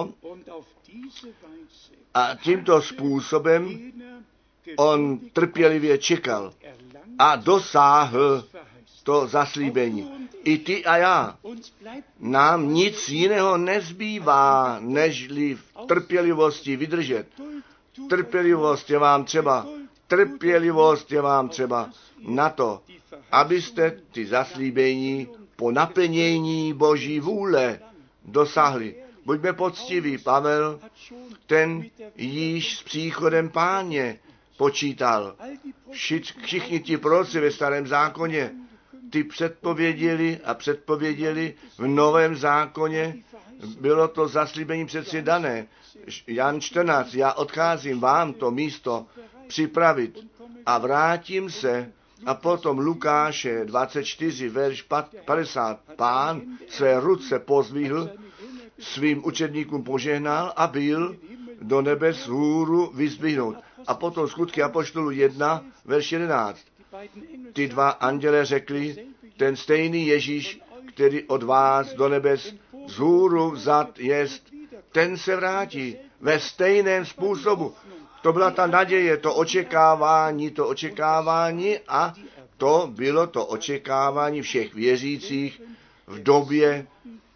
A tímto způsobem on trpělivě čekal a dosáhl to zaslíbení. I ty a já. Nám nic jiného nezbývá, nežli v trpělivosti vydržet. Trpělivost je vám třeba. Trpělivost je vám třeba na to, abyste ty zaslíbení po naplnění Boží vůle dosáhli. Buďme poctiví. Pavel, ten již s příchodem Páně počítal. Všichni ti proroci ve starém zákoně, ty předpověděli v novém zákoně, bylo to zaslíbení přeci dané. Jan 14, já odcházím vám to místo připravit a vrátím se. A potom Lukáše 24, verš 50. Pán své ruce pozdvihl, svým učedníkům požehnal a byl do nebes hůru vyzdvihnut. A potom Skutky apoštolů 1, verš 11. Ty dva anděle řekli, ten stejný Ježíš, který od vás do nebes z hůru vzat jest, ten se vrátí ve stejném způsobu. To byla ta naděje, to očekávání a to bylo to očekávání všech věřících v době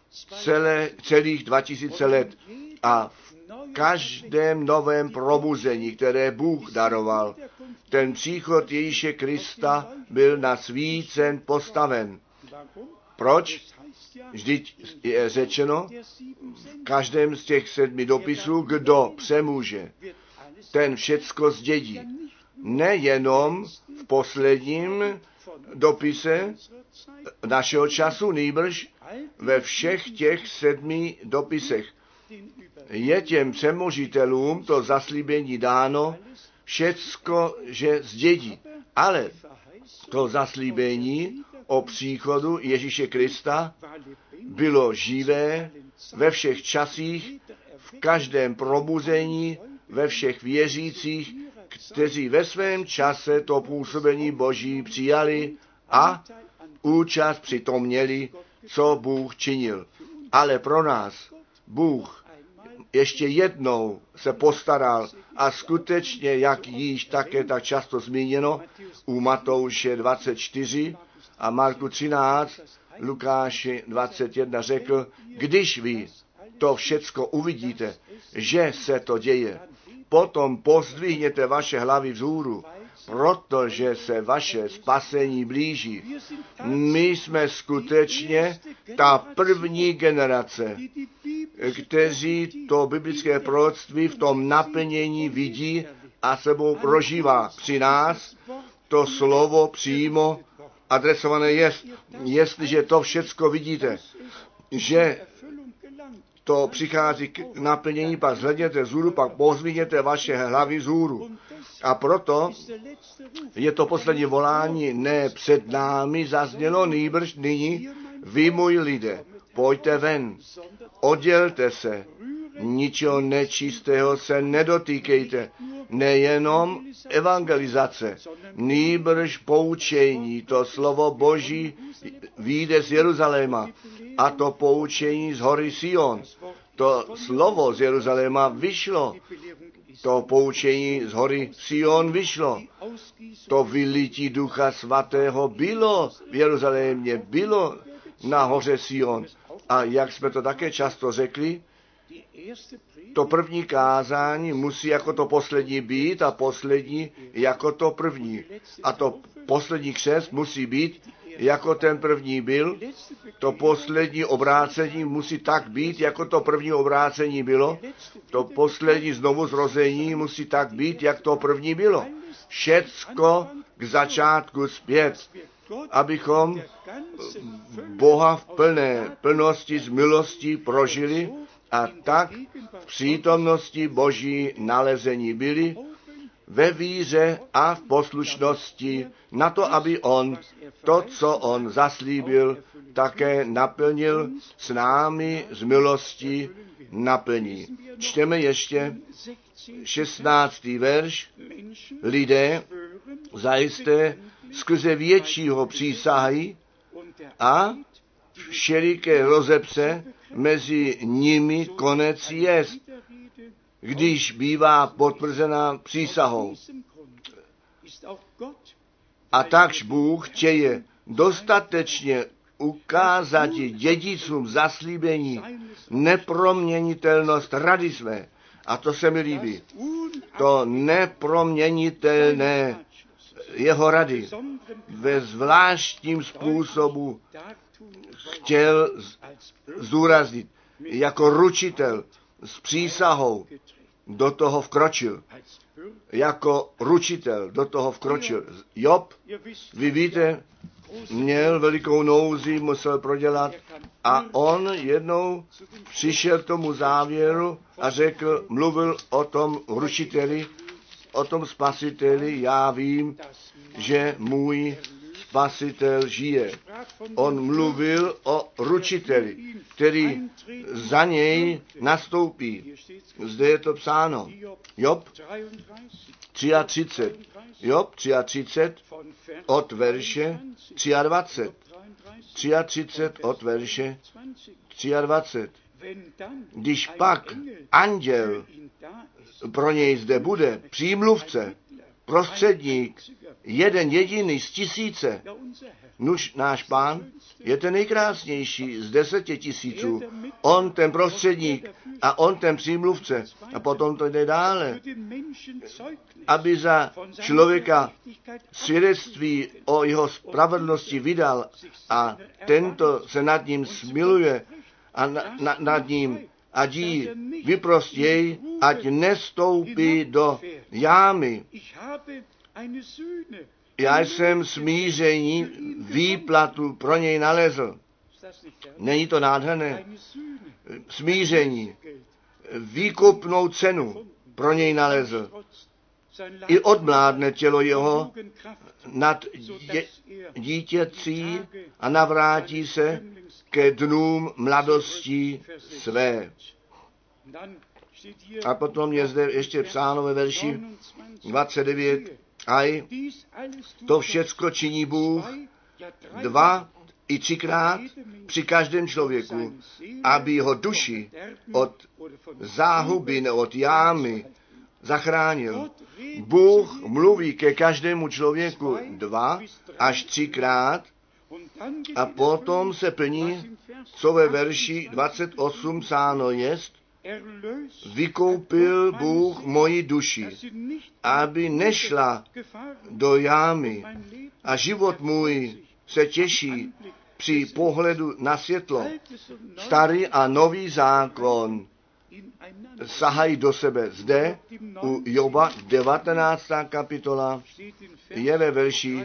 celých 2000 let. A v každém novém probuzení, které Bůh daroval, ten příchod Ježíše Krista byl nasvícen, postaven. Proč? Vždyť je řečeno v každém z těch 7 dopisů, kdo přemůže, ten všecko zdědí. Nejenom v posledním dopise našeho času, nýbrž ve všech těch 7 dopisech. Je těm přemožitelům to zaslíbení dáno, všecko, že zdědí. Ale to zaslíbení o příchodu Ježíše Krista bylo živé ve všech časích, v každém probuzení, ve všech věřících, kteří ve svém čase to působení Boží přijali a účast při tom měli, co Bůh činil. Ale pro nás Bůh ještě jednou se postaral a skutečně, jak již také tak často zmíněno, u Matouše 24 a Marku 13, Lukáši 21 řekl, když vy to všecko uvidíte, že se to děje, potom pozdvihněte vaše hlavy vzhůru, protože se vaše spasení blíží. My jsme skutečně ta první generace, kteří to biblické proroctví v tom naplnění vidí a sebou prožívá. Při nás to slovo přímo adresované je, jestliže to všecko vidíte, že to přichází k naplnění, pak zhledněte vzhůru, pak pozdvihněte vaše hlavy vzhůru. A proto je to poslední volání ne před námi zaznělo, nýbrž nyní, vy můj lidé, pojďte ven, oddělte se, ničeho nečistého se nedotýkejte, nejenom evangelizace, nýbrž poučení, to slovo Boží vyjde z Jeruzaléma a to poučení z hory Sion. To slovo z Jeruzaléma vyšlo, to poučení z hory Sion vyšlo, to vylití Ducha Svatého bylo v Jeruzalémě, bylo na hoře Sion. A jak jsme to také často řekli, to první kázání musí jako to poslední být a poslední jako to první. A to poslední křest musí být jako ten první byl. To poslední obrácení musí tak být, jako to první obrácení bylo. To poslední znovuzrození musí tak být, jak to první bylo. Všecko k začátku zpět, abychom Boha v plnosti z milostí prožili a tak v přítomnosti Boží nalezení byli ve víře a v poslušnosti na to, aby on to, co on zaslíbil, také naplnil s námi z milostí naplní. Čteme ještě 16. verš. Lidé zajisté skrze většího přísahy a všeliké rozepře mezi nimi konec jest, když bývá potvrzena přísahou. A takž Bůh chtěje dostatečně ukázat dědicům zaslíbení neproměnitelnost rady své. A to se mi líbí. To neproměnitelné jeho rady ve zvláštním způsobu chtěl zdůraznit. Jako ručitel s přísahou do toho vkročil. Jako ručitel do toho vkročil. Job, vy víte, měl velikou nouzi, musel prodělat a on jednou přišel k tomu závěru a řekl, mluvil o tom ručiteli, o tom spasiteli, já vím, že můj spasitel žije. On mluvil o ručiteli, který za něj nastoupí. Zde je to psáno. Job 33. Job 33 od verše 23. 33 od verše 23. Když pak anděl pro něj zde bude, přímluvce, prostředník, jeden jediný z tisíce, nuž náš Pán je ten nejkrásnější z 10 000. On ten prostředník a on ten přímluvce. A potom to jde dále. Aby za člověka svědectví o jeho spravedlnosti vydal a tento se nad ním smiluje a nad ním ať jí vyprost jej, ať nestoupí do jámy. Já jsem smíření výplatu pro něj nalezl. Není to nádherné? Smíření, výkupnou cenu pro něj nalezl. I odmládne tělo jeho nad dítěcí a navrátí se ke dnům mladosti své. A potom je zde ještě psáno ve verši 29. Aj, to všecko činí Bůh 2 i 3krát při každém člověku, aby jeho duši od záhuby nebo od jámy zachránil. Bůh mluví ke každému člověku 2 až 3krát a potom se plní, co ve verši 28 psáno jest, vykoupil Bůh moji duši, aby nešla do jámy a život můj se těší při pohledu na světlo. Starý a nový zákon sahají do sebe. Zde u Joba 19. kapitola je ve verši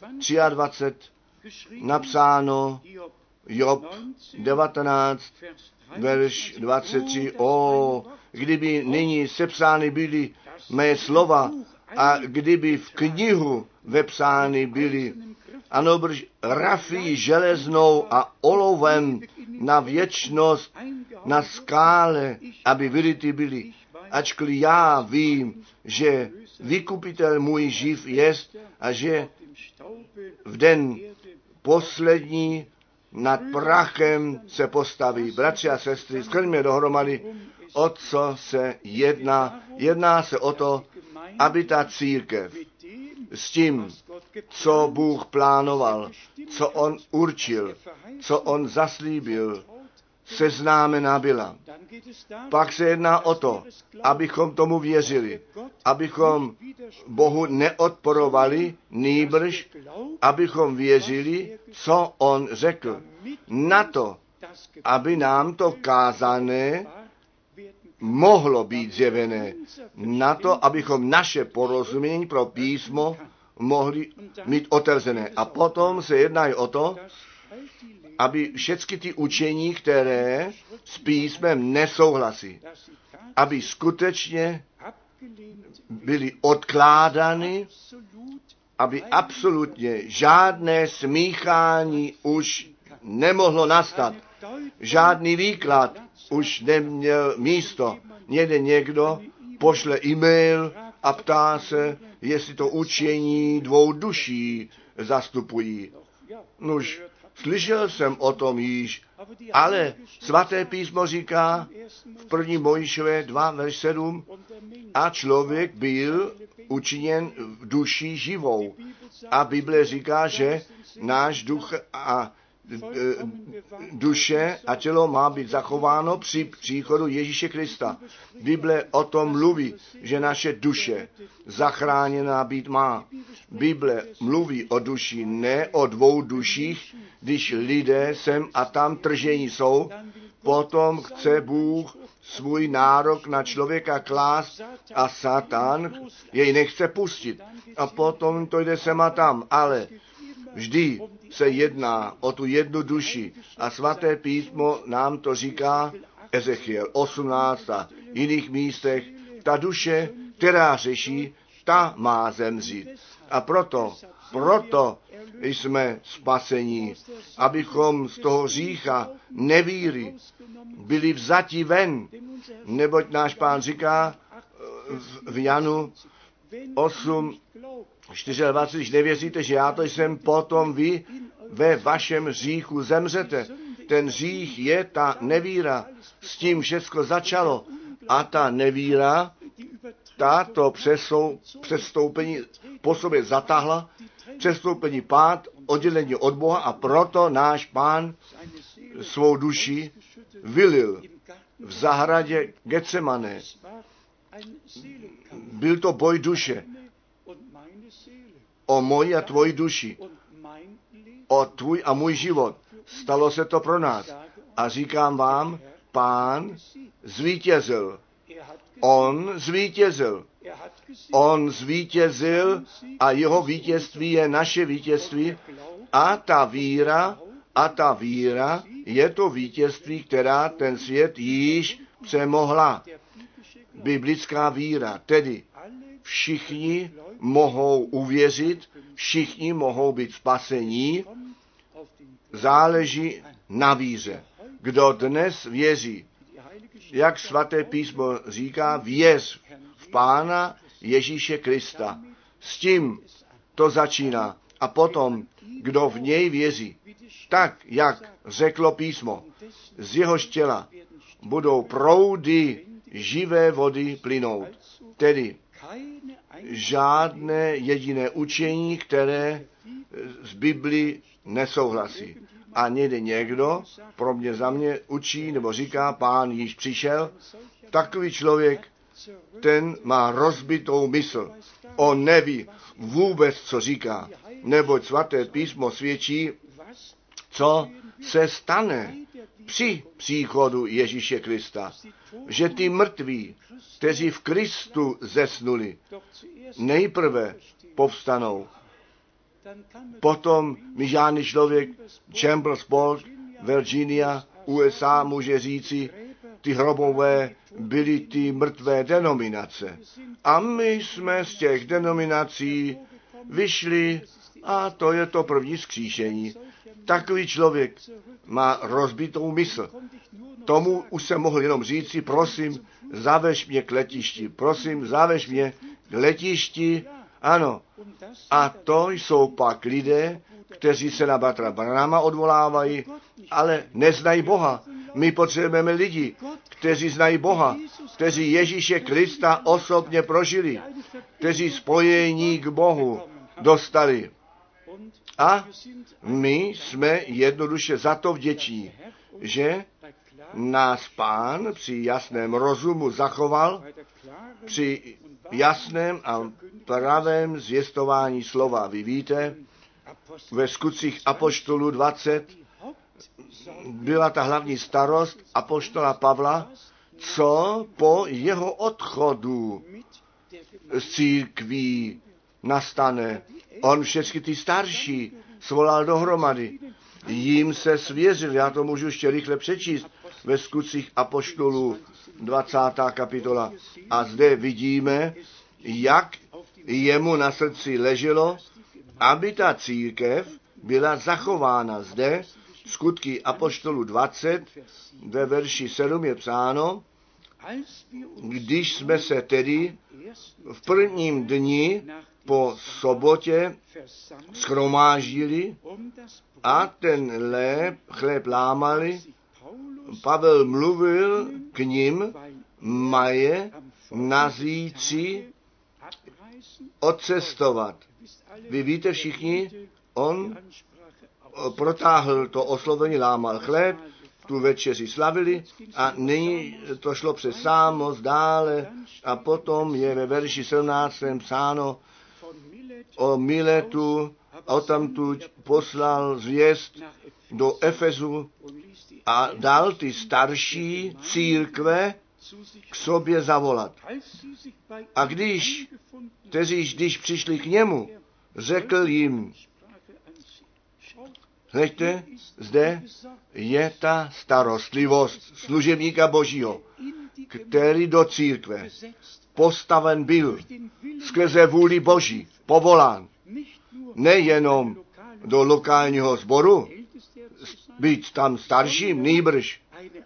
23 napsáno, Job 19, verš 23, kdyby nyní sepsány byly mé slova a kdyby v knihu vepsány byly, ano, rafí železnou a olovem na věčnost na skále, aby vyryty byly. Ačkoliv já vím, že vykupitel můj živ jest a že v den poslední nad prachem se postaví. Bratři a sestry, skrňme dohromady, o co se jedná. Jedná se o to, aby ta církev s tím, co Bůh plánoval, co on určil, co on zaslíbil, seznámená byla. Pak se jedná o to, abychom tomu věřili, abychom Bohu neodporovali, nýbrž, abychom věřili, co on řekl. Na to, aby nám to kázané mohlo být zjevené. Na to, abychom naše porozumění pro písmo mohli mít otevřené. A potom se jedná i o to, aby všechny ty učení, které s písmem nesouhlasí, aby skutečně byly odkládány, aby absolutně žádné smíchání už nemohlo nastat. Žádný výklad už neměl místo. Někdo pošle e-mail a ptá se, jestli to učení 2 duší zastupují. Nuž, slyšel jsem o tom již, ale svaté písmo říká v 1. Mojžíšově 2, verš 7, a člověk byl učiněn v duši živou. A Bible říká, že náš duch a duše a tělo má být zachováno při příchodu Ježíše Krista. Bible o tom mluví, že naše duše zachráněná být má. Bible mluví o duši, ne o 2 duších, když lidé sem a tam tržení jsou, potom chce Bůh svůj nárok na člověka klást a Satan jej nechce pustit. A potom to jde sem a tam, ale vždy se jedná o tu jednu duši a svaté písmo nám to říká, Ezechiel 18 a jiných místech, ta duše, která řeší, ta má zemřít. A proto jsme spasení, abychom z toho hřícha nevíry byli vzati ven, neboť náš Pán říká v Janu 8, 24, když nevěříte, že já to jsem, potom vy ve vašem hříchu zemřete. Ten hřích je ta nevíra. S tím všecko začalo. A ta nevíra, tato přestoupení po sobě zatáhla, přestoupení pád, oddělení od Boha a proto náš Pán svou duši vylil v zahradě Getsemane. Byl to boj duše o moji a tvoji duši, o tvůj a můj život. Stalo se to pro nás. A říkám vám, Pán zvítězil. On zvítězil. On zvítězil a jeho vítězství je naše vítězství. A ta víra je to vítězství, která ten svět již přemohla. Biblická víra, tedy všichni mohou uvěřit, všichni mohou být spasení, záleží na víře. Kdo dnes věří, jak svaté písmo říká, věř v Pána Ježíše Krista. S tím to začíná. A potom kdo v něj věří. Tak, jak řeklo písmo, z jehož těla budou proudy živé vody plynout. Tedy žádné jediné učení, které z Biblii nesouhlasí. A někdo pro mě za mě učí nebo říká, Pán již přišel, takový člověk, ten má rozbitou mysl. On neví vůbec, co říká, neboť svaté písmo svědčí, co se stane při příchodu Ježíše Krista. Že ty mrtví, kteří v Kristu zesnuli, nejprve povstanou. Potom mi žádný člověk, Chambers Polk, Virginia, USA může říci, ty hrobové byly ty mrtvé denominace. A my jsme z těch denominací vyšli a to je to první vzkříšení. Takový člověk má rozbitou mysl. Tomu už jsem mohl jenom říci, prosím, zavež mě k letišti. Prosím, zavež mě k letišti. Ano. A to jsou pak lidé, kteří se na bratra Branhama odvolávají, ale neznají Boha. My potřebujeme lidi, kteří znají Boha, kteří Ježíše Krista osobně prožili, kteří spojení k Bohu dostali. A my jsme jednoduše za to vděční, že nás Pán při jasném rozumu zachoval, při jasném a pravém zvěstování slova. Vy víte, ve Skutcích apoštolů 20 byla ta hlavní starost apoštola Pavla, co po jeho odchodu z církví nastane. On všechny ty starší svolal dohromady. Jím se svěřil, já to můžu ještě rychle přečíst, ve Skutcích apoštolů 20. kapitola. A zde vidíme, jak jemu na srdci leželo, aby ta církev byla zachována. Zde Skutky apoštolů 20, ve verši 7 je psáno, když jsme se tedy v prvním dni po sobotě shromáždili a ten chléb lámali, Pavel mluvil k nim, maje na zítři odcestovat. Vy víte všichni, on protáhl to oslovení, lámal chléb, tu večeři slavili a nyní to šlo přes Sámos dále a potom je ve verši 17. psáno o Miletu a odtamtud poslal zvěst do Efezu a dal ty starší církve k sobě zavolat. A když přišli k němu, řekl jim, hleďte, zde je ta starostlivost služebníka Božího, který do církve postaven byl skrze vůli Boží, povolán nejenom do lokálního sboru, být tam starším, nýbrž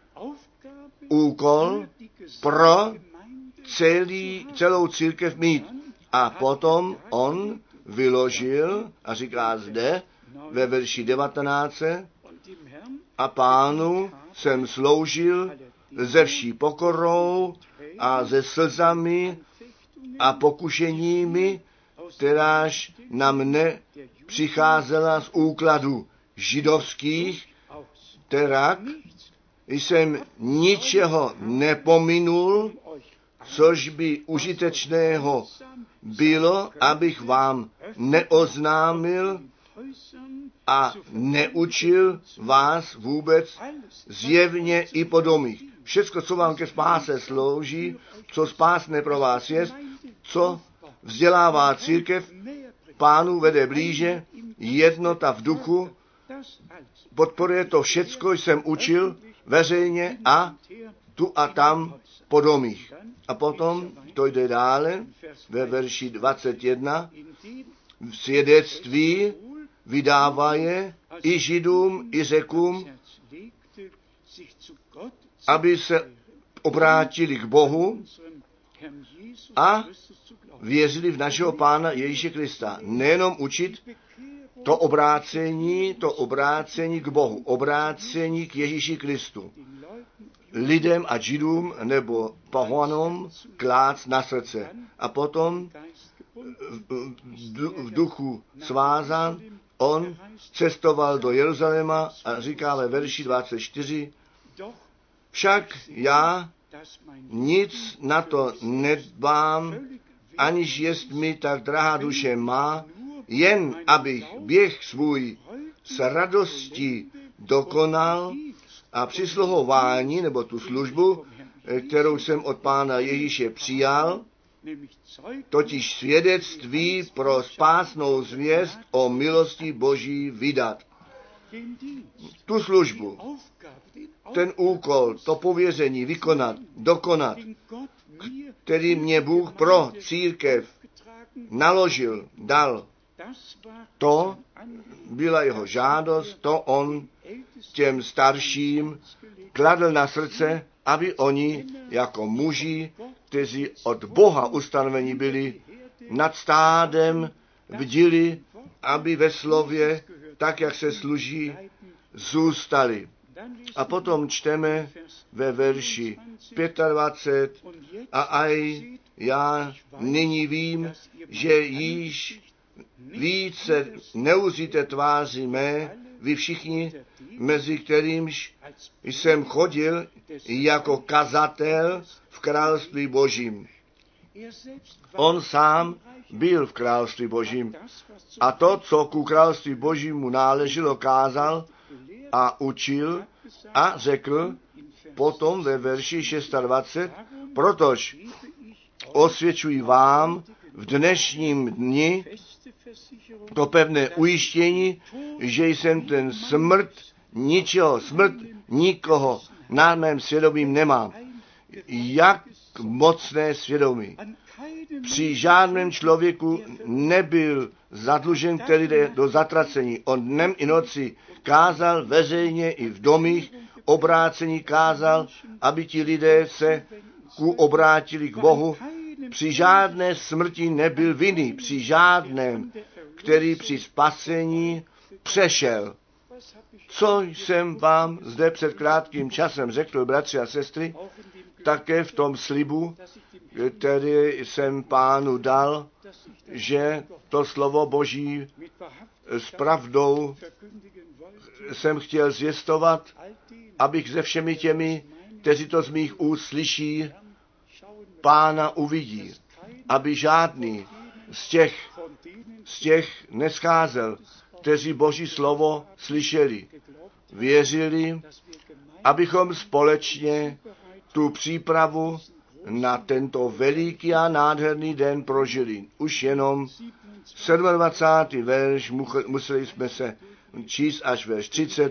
úkol pro celou církev mít. A potom on vyložil a říká zde ve verši 19, a Pánu jsem sloužil ze vší pokorou a se slzami a pokušeními, kteráž na mne přicházela z úkladu židovských, terak jsem ničeho nepominul, což by užitečného bylo, abych vám neoznámil a neučil vás vůbec zjevně i po domích. Všecko, co vám ke spáse slouží, co spásné pro vás je, co vzdělává církev, Pánu vede blíže, jednota v duchu, podporuje to všecko, jsem učil veřejně a tu a tam po domích. A potom to jde dále ve verši 21. V svědectví vydávaje i Židům, i Řekům, aby se obrátili k Bohu a věřili v našeho Pána Ježíše Krista. Nejenom učit, to obrácení k Bohu, obrácení k Ježíši Kristu. Lidem a Židům nebo pohanům klác na srdce. A potom v duchu svázan on cestoval do Jeruzaléma a říká ve verši 24, však já nic na to nedbám, aniž jest mi tak drahá duše má, jen abych běh svůj s radostí dokonal a přisluhování, nebo tu službu, kterou jsem od Pána Ježíše přijal, totiž svědectví pro spásnou zvěst o milosti Boží vydat. Tu službu, ten úkol, to pověření vykonat, dokonat, který mě Bůh pro církev naložil, dal, to byla jeho žádost, to on těm starším kladl na srdce, aby oni jako muži, kteří od Boha ustanoveni byli, nad stádem bdili, aby ve slově, tak jak se služí, zůstali. A potom čteme ve verši 25, a aj já nyní vím, že již více neuzíte tváři mé, vy všichni, mezi kterýmž jsem chodil jako kazatel v království Božím. On sám byl v království Božím a to, co ku království Božímu náleželo, kázal a učil a řekl potom ve verši 26, protož osvědčuji vám v dnešním dni to pevné ujištění, že jsem ten smrt nikoho na mém svědomí nemám. Jak mocné svědomí. Při žádném člověku nebyl zadlužen, který jde do zatracení. On dnem i noci kázal veřejně i v domích, obrácení kázal, aby ti lidé se obrátili k Bohu. Při žádné smrti nebyl vinný, při žádném, který při spasení přešel. Co jsem vám zde před krátkým časem řekl, bratři a sestry, také v tom slibu, který jsem Pánu dal, že to slovo Boží s pravdou jsem chtěl zvěstovat, abych se všemi těmi, kteří to z mých úst slyší, Pána uvidí, aby žádný z těch nescházel, kteří Boží slovo slyšeli, věřili, abychom společně tu přípravu na tento veliký a nádherný den prožili. Už jenom 27. verš, museli jsme se číst až verš 30,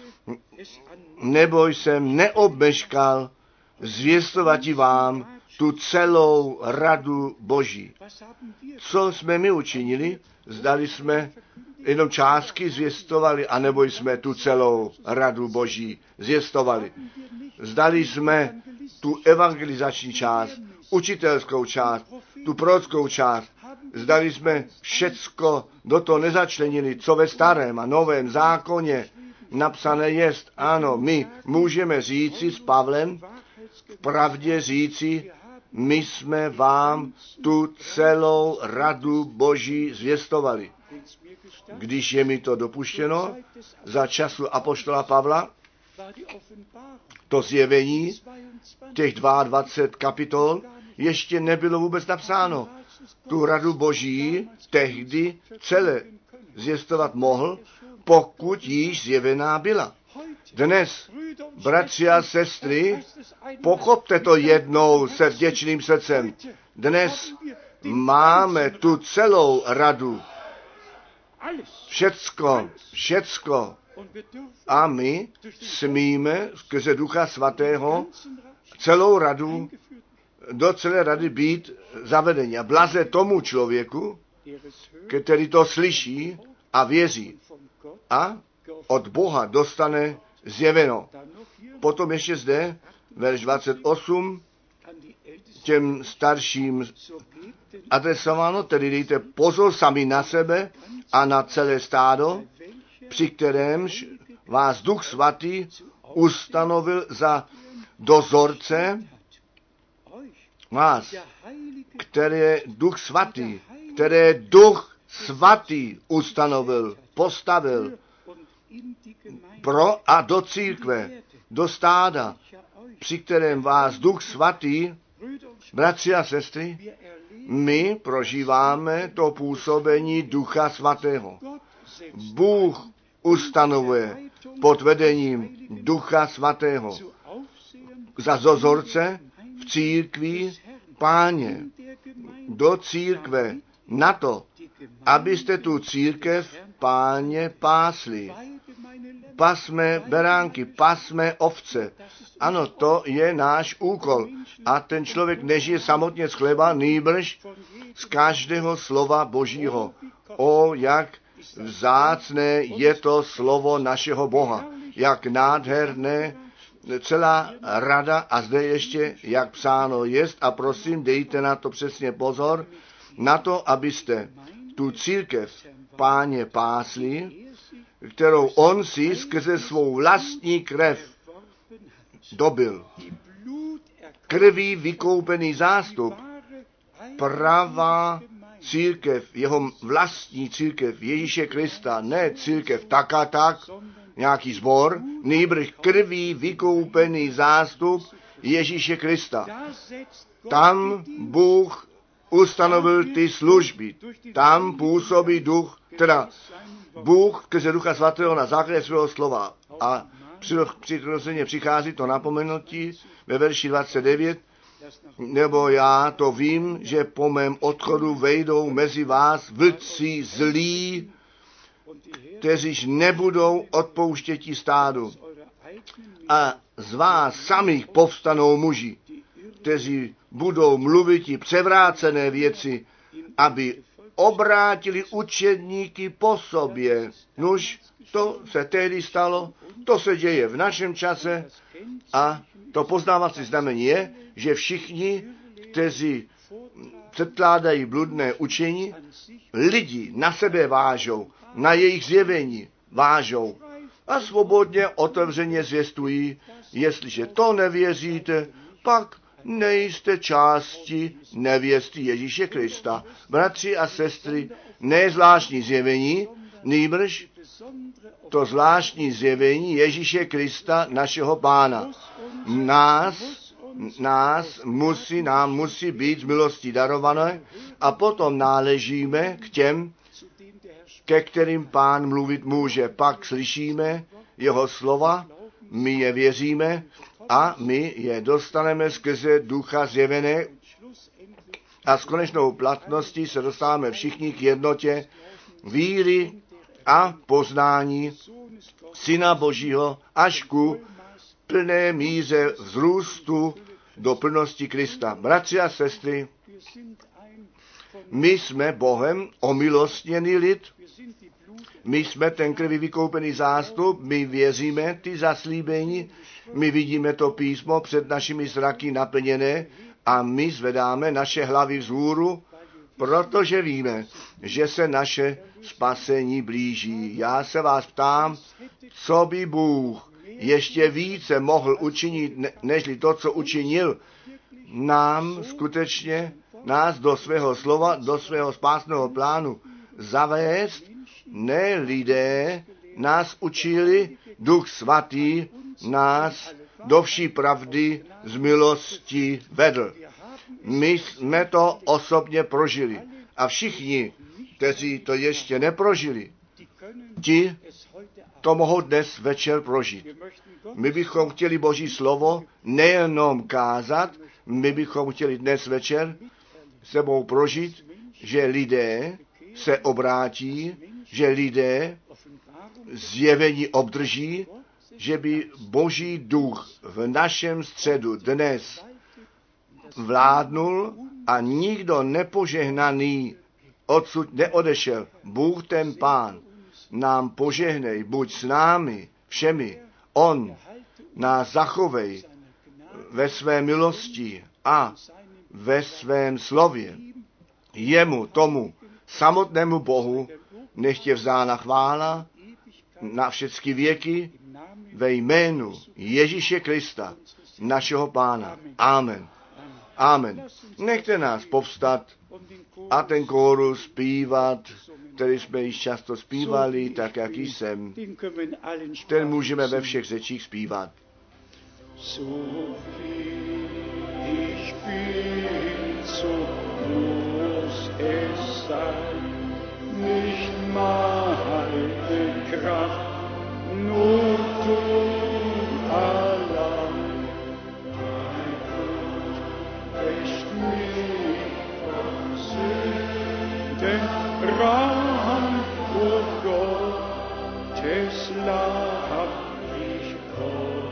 nebo jsem neobmeškal zvěstovati vám tu celou radu Boží. Co jsme my učinili? Zdali jsme jenom částky zvěstovali, anebo jsme tu celou radu Boží zvěstovali. Zdali jsme tu evangelizační část, učitelskou část, tu prorockou část, zdali jsme všecko do toho nezačlenili, co ve starém a novém zákoně napsané jest. Ano, my můžeme říci s Pavlem, v pravdě říci, my jsme vám tu celou radu Boží zvěstovali. Když je mi to dopuštěno, za času apoštola Pavla, to zjevení, těch 22 kapitol, ještě nebylo vůbec napsáno. Tu radu Boží tehdy celé zvěstovat mohl, pokud již zjevená byla. Dnes, bratři a sestry, pochopte to jednou se vděčným srdcem. Dnes máme tu celou radu. Všecko. A my smíme skrze Ducha Svatého do celé rady být zavedeni. A blaze tomu člověku, který to slyší a věří a od Boha dostane zjeveno. Potom ještě zde, verš 28, těm starším adresováno, tedy dejte pozor sami na sebe a na celé stádo, při kterémž vás Duch Svatý ustanovil za dozorce, vás, které Duch Svatý ustanovil, postavil pro a do církve, do stáda, při kterém vás Duch Svatý, bratři a sestry, my prožíváme to působení Ducha Svatého. Bůh ustanovuje pod vedením Ducha Svatého za dozorce v církvi Páně, do církve, na to, abyste tu církev Páně pásli. Pasme beránky, pasme ovce. Ano, to je náš úkol. A ten člověk nežije samotně z chleba, nýbrž z každého slova Božího. O, jak vzácné je to slovo našeho Boha. Jak nádherné, celá rada, a zde ještě, jak psáno jest, a prosím, dejte na to přesně pozor, na to, abyste tu církev Páně pásli, kterou on si skrze svou vlastní krev dobil. Krví vykoupený zástup, pravá církev, jeho vlastní církev Ježíše Krista, ne církev tak a tak, nějaký sbor, nýbrž krví vykoupený zástup Ježíše Krista. Tam Bůh ustanovil ty služby, tam působí duch, teda Bůh skrze Ducha Svatého na základě svého slova. A přirozeně přichází to napomenutí ve verši 29, nebo já to vím, že po mém odchodu vejdou mezi vás vlci zlí, kteříž nebudou odpouštěti stádu. A z vás samých povstanou muži, kteří budou mluvit i převrácené věci, aby obrátili učedníky po sobě. Nuž, to se tehdy stalo, to se děje v našem čase a to poznávací znamení je, že všichni, kteří předkládají bludné učení, lidi na sebe vážou, na jejich zjevení vážou a svobodně otevřeně zvěstují, jestliže to nevěříte, pak nejste části nevěsty Ježíše Krista. Bratři a sestry, ne zvláštní zjevení, nýbrž to zvláštní zjevení Ježíše Krista, našeho Pána. Nám musí být z milostí darované a potom náležíme k těm, ke kterým Pán mluvit může. Pak slyšíme jeho slova, my je věříme a my je dostaneme skrze Ducha zjevené a s konečnou platností se dostáváme všichni k jednotě víry a poznání Syna Božího až ku plné míře vzrůstu do plnosti Krista. Bratři a sestry, my jsme Bohem omilostněný lid, my jsme ten krví vykoupený zástup, my věříme ty zaslíbení, my vidíme to písmo před našimi zraky naplněné a my zvedáme naše hlavy vzhůru, protože víme, že se naše spasení blíží. Já se vás ptám, co by Bůh ještě více mohl učinit, nežli to, co učinil, nám skutečně, nás do svého slova, do svého spásného plánu zavést, ne lidé nás učili, Duch Svatý nás do vší pravdy z milosti vedl. My jsme to osobně prožili. A všichni, kteří to ještě neprožili, ti to mohou dnes večer prožít. My bychom chtěli Boží slovo nejenom kázat, my bychom chtěli dnes večer sebou prožít, že lidé se obrátí, že lidé zjevení obdrží, že by Boží duch v našem středu dnes vládnul a nikdo nepožehnaný odsud neodešel. Bůh ten Pán nám požehnej, buď s námi všemi. On nás zachovej ve své milosti a ve svém slově. Jemu, tomu samotnému Bohu, nech je vzána chvála na všechny věky ve jménu Ježíše Krista, našeho Pána. Amen. Amen. Nechte nás povstat a ten kórus zpívat, který jsme již často zpívali, tak jak jsem. Ten můžeme ve všech řečích zpívat. So viel ich bin, so groß es sei, nicht meine Kraft, nur du allein. Dein Blut wäscht mich von Sünden rein, o Gottes Lamm, ich komm.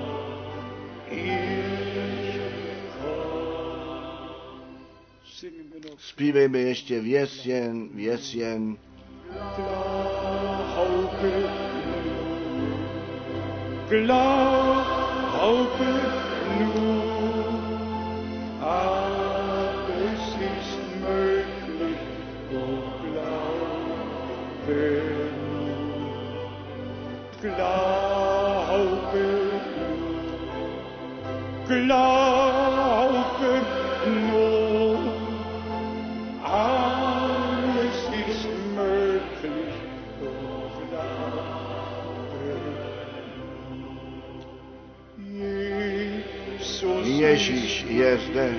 Zpívejme ještě věsjen, věsjen. Glaube nur, alles ist möglich, o glaube nur. Glaube nur, alles ist möglich, o glaube nur. Ježíš je zde.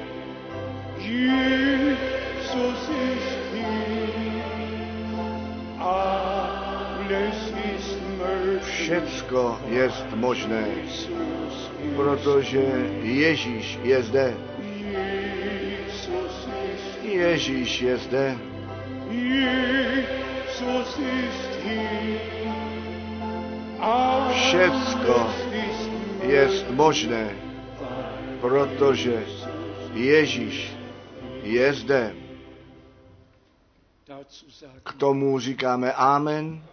Jesus ist hier, alles ist möglich. Všecko je možné, protože Ježíš je zde. Ježíš je zde. Všecko je možné, protože Ježíš je zde. K tomu říkáme amen.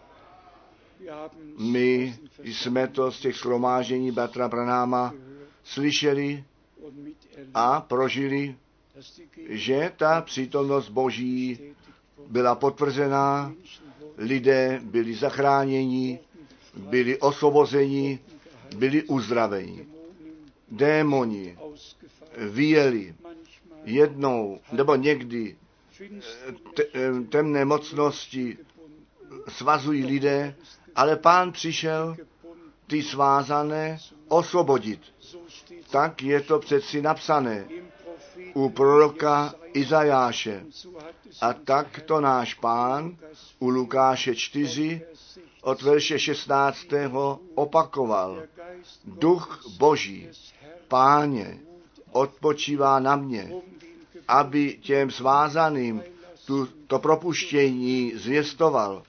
My jsme to z těch shromáždění bratra Branhama slyšeli a prožili, že ta přítomnost Boží byla potvrzená, lidé byli zachráněni, byli osvobozeni, byli uzdraveni. Démoni vyjeli jednou nebo někdy temné mocnosti svazují lidé, ale Pán přišel ty svázané osvobodit. Tak je to přeci napsané u proroka Izajáše. A tak to náš Pán u Lukáše 4 od verše 16. opakoval. Duch Boží, Páně, odpočívá na mě, aby těm svázaným to propuštění zvěstoval.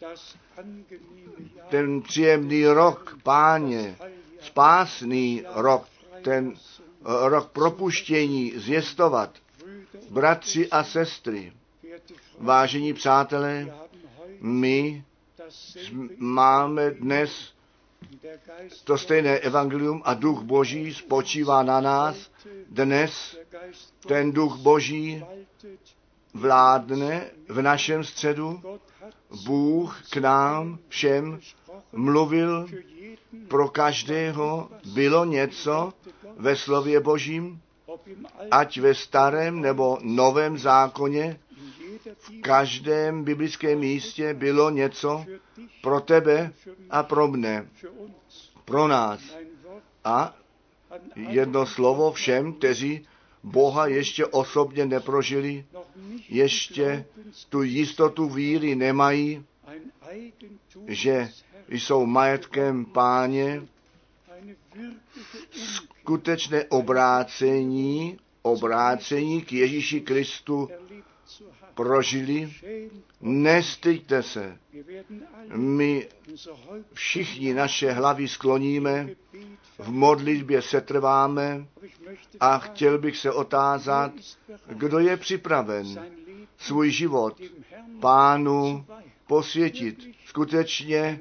Ten příjemný rok, Páně, spásný rok, ten rok propuštění zvěstovat. Bratři a sestry, vážení přátelé, my máme dnes to stejné evangelium a duch Boží spočívá na nás. Dnes ten duch Boží vládne v našem středu. Bůh k nám všem mluvil, pro každého bylo něco ve slově Božím, ať ve starém nebo novém zákoně, v každém biblickém místě bylo něco pro tebe a pro mne, pro nás. A jedno slovo všem, kteří Boha ještě osobně neprožili, ještě tu jistotu víry nemají, že jsou majetkem Páně, skutečné obrácení k Ježíši Kristu prožili. Nestyďte se. My všichni naše hlavy skloníme, v modlitbě setrváme a chtěl bych se otázat, kdo je připraven svůj život Pánu posvětit. Skutečně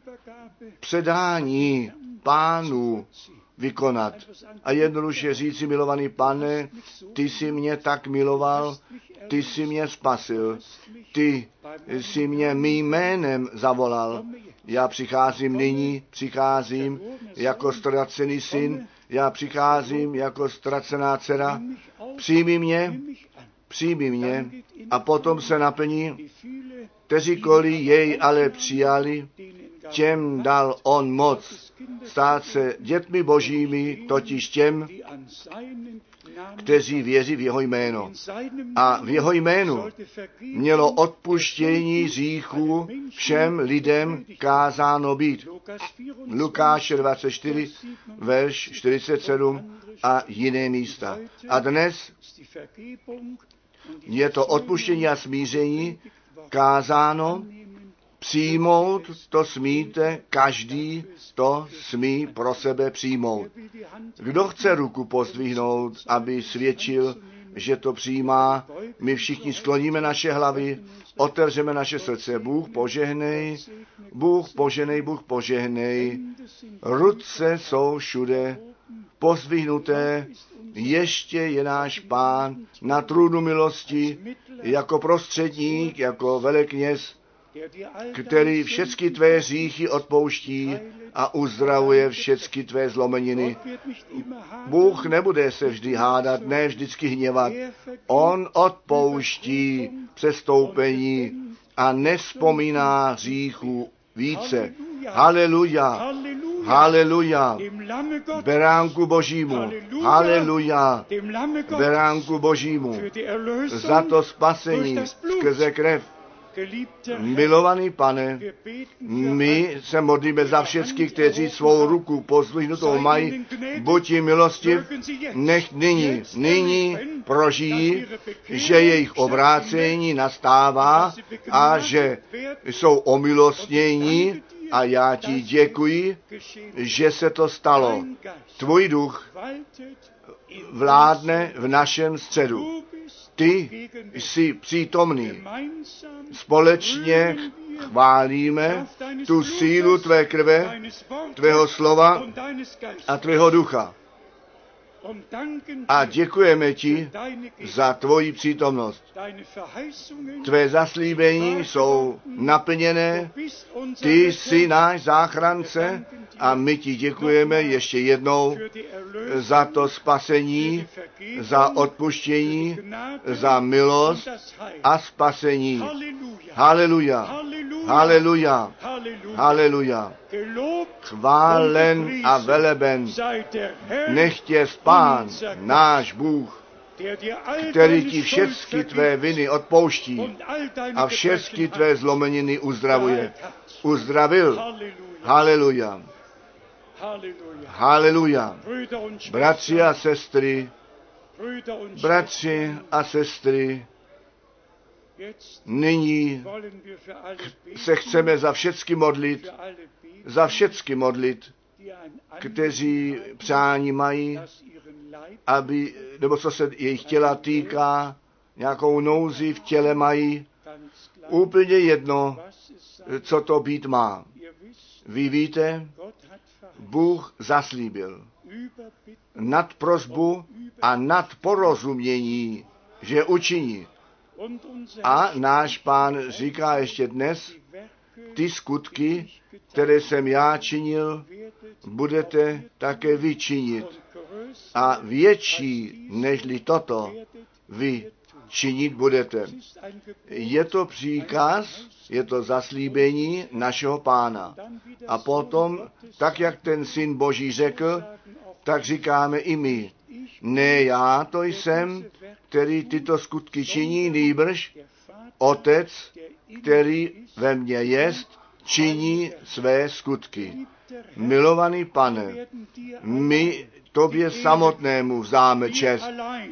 předání Pánu vykonat. A jednoduše říci, milovaný Pane, ty jsi mě tak miloval, ty jsi mě spasil, ty jsi mě mým jménem zavolal. Já přicházím nyní, přicházím jako ztracený syn, já přicházím jako ztracená dcera. Přijmi mě a potom se naplní. Kteříkoliv jej ale přijali, těm dal on moc stát se dětmi božími, totiž těm, kteří věří v jeho jméno. A v jeho jménu mělo odpuštění hříchů všem lidem kázáno být. Lukáš 24, verš 47 a jiné místa. A dnes je to odpuštění a smíření kázáno. Přijmout to smíte, každý to smí pro sebe přijmout. Kdo chce ruku pozdvihnout, aby svědčil, že to přijímá, my všichni skloníme naše hlavy, otevřeme naše srdce. Bůh požehnej, Bůh požehnej, Bůh požehnej. Ruce jsou všude pozdvihnuté, ještě je náš Pán na trůnu milosti, jako prostředník, jako velekněz, který všechny tvé hříchy odpouští a uzdravuje všechny tvé zlomeniny. Bůh nebude se vždy hádat, ne vždycky hněvat. On odpouští přestoupení a nevzpomíná hříchu více. Haleluja, haleluja, beránku božímu, haleluja, beránku božímu, za to spasení skrze krev. Milovaný Pane, my se modlíme za všechny, kteří svou ruku pozdvihnutou mají, buď jim milostiv, nech nyní prožijí, že jejich obrácení nastává a že jsou omilostnění a já ti děkuji, že se to stalo. Tvůj duch vládne v našem středu. Ty jsi přítomný. Společně chválíme tu sílu tvé krve, tvého slova a tvého ducha. A děkujeme ti za tvoji přítomnost. Tvé zaslíbení jsou naplněné, ty jsi náš záchránce a my ti děkujeme ještě jednou za to spasení, za odpuštění, za milost a spasení. Haleluja, haleluja, haleluja. Chválen a veleben nechtě Pán, náš Bůh, který ti všechny tvé viny odpouští a všechny tvé zlomeniny uzdravuje. Uzdravil. Haleluja. Haleluja. Bratři a sestry, nyní se chceme za všechny modlit, kteří přání mají, aby, nebo co se jejich těla týká, nějakou nouzi v těle mají, úplně jedno, co to být má. Vy víte, Bůh zaslíbil nad prosbu a nad porozumění, že učiní. A náš Pán říká ještě dnes, ty skutky, které jsem já činil, budete také vy činit. A větší nežli toto vy činit budete. Je to příkaz, je to zaslíbení našeho Pána. A potom, tak jak ten Syn Boží řekl, tak říkáme i my. Ne já to jsem, který tyto skutky činí, nýbrž Otec, který ve mně jest, činí své skutky. Milovaný Pane, my tobě samotnému vzáme čest,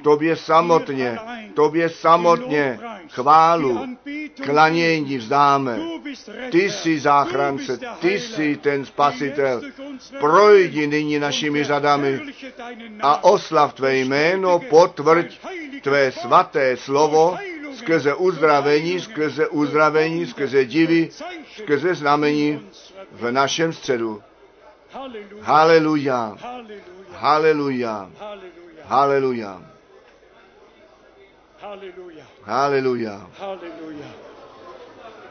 tobě samotně chválu, klanění vzdáme. Ty jsi záchránce, ty jsi ten spasitel. Projdi nyní našimi řadami a oslav tvé jméno, potvrď tvé svaté slovo skrze uzdravení, skrze divy, skrze znamení v našem středu. Haleluja, haleluja, haleluja, haleluja.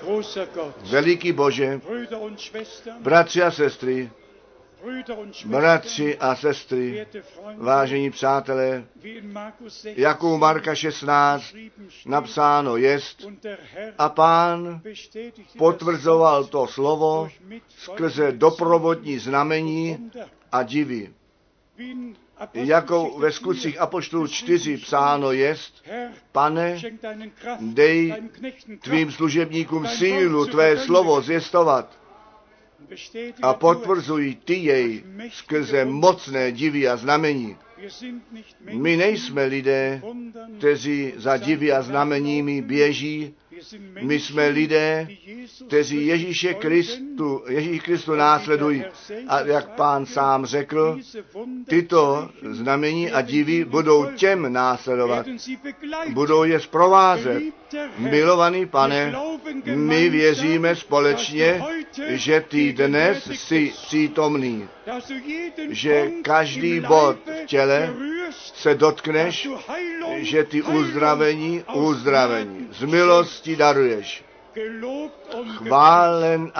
Großer Gott, Veliký Bože, Brüder und Schwestern, bratři a sestry, Brüder und Schwestern, bratři a sestry, werte Freunde, vážení přátelé, wie in Markus 16 jako u Marka 16 geschrieben steht, napsáno jest, und der Herr a Pán bestätigte potvrzoval das to slovo durch mitfolgende skrze doprovodní znamení Wunder, a divy. wie in Jako ve Apostelgeschichte skutcích 4 Apoštolů geschrieben 4 steht, psáno jest, Herr, Pane, schenk deinen Kraft, dej deinen Knechten tvým Kraft, služebníkům sílu tvé slovo zvěstovat und bestätige a du es. potvrzuj ty jej skrze mocné divy a znamení. Wir sind nicht My Menschen, nejsme lidé, die wundern, kteří za divy a znameními běží, wir sind my Menschen, jsme lidé, die Jesus kteří Ježíš Kristu následují. A jak Pán sám řekl, tyto znamení a divy budou těm následovat. Budou je zprovázet. Milovaný Pane, my věříme společně, že ty dnes jsi přítomný, že každý bod v těle se dotkneš, že ty uzdravení z milosti daruješ. Chválen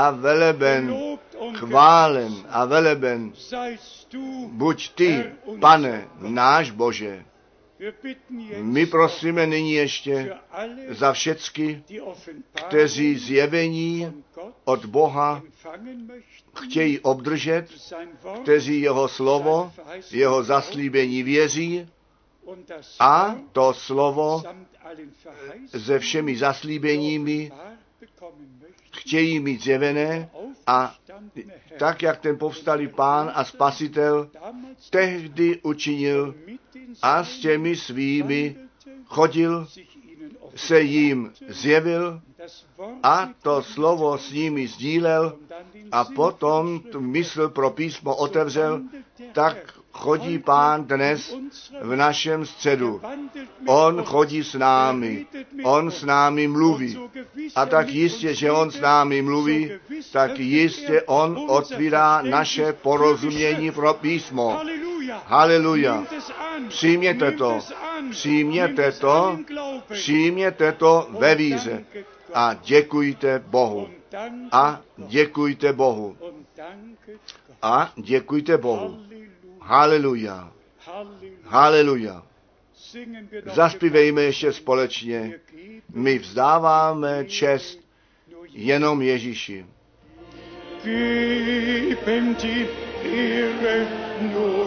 a veleben buď ty, Pane, náš Bože. My prosíme nyní ještě za všecky, kteří zjevení od Boha chtějí obdržet, kteří jeho slovo, jeho zaslíbení věří a to slovo se všemi zaslíbeními chtějí mít zjevené a tak, jak ten povstalý Pán a Spasitel tehdy učinil a s těmi svými chodil, se jim zjevil a to slovo s nimi sdílel a potom tu mysl pro písmo otevřel, tak chodí Pán dnes v našem středu. On chodí s námi, on s námi mluví. A tak jistě, že on s námi mluví, tak jistě on otvírá naše porozumění pro písmo. Haleluja. Přijměte to ve víře. A děkujte Bohu. Haleluja. Haleluja. Zaspívejme ještě společně. My vzdáváme čest jenom Ježíši. Geben die Ehre nur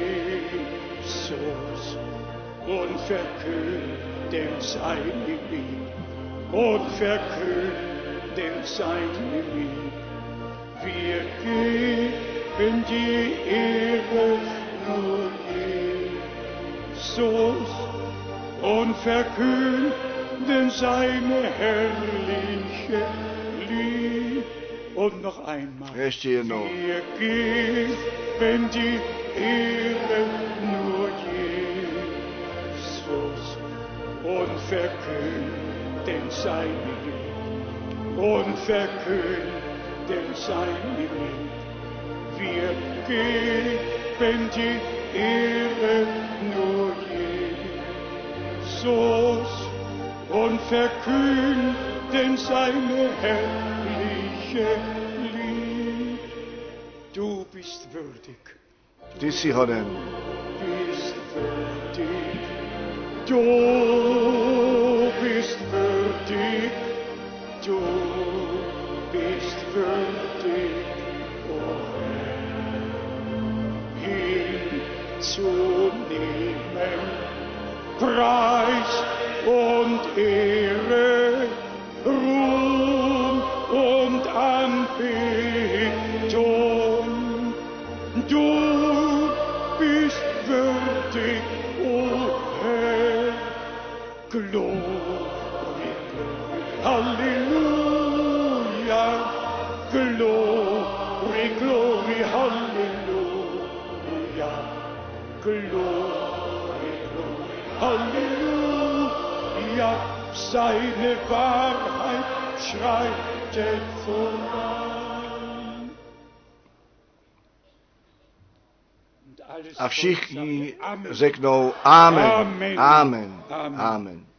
Jesus und verkünden seine Liebe und verkünden seine Liebe. Wir geben die Ehre nur Jesus und verkünden seine herrliche Liebe. Und noch einmal. Ještě jednou. Wir geben die Ehre nur Jesus und verkünden seine Liebe und verkünden seine Liebe. Wir geben die Ehre nur Jesus und verkünden seine herrliche Liebe. Du bist würdig. Ty jsi hoden. Bist würdig. Du bist würdig. Du bist würdig. Oh Herr, hinzunehmen Preis und Ehre, Ruhm und Anbetung. Du bist würdig, o Herr. Glory, Halleluja. Glory, glory, Halleluja. Glory, glory, Halleluja. Seine Wahrheit schreitet voran. A všichni řeknou Amen. Amen. Amen.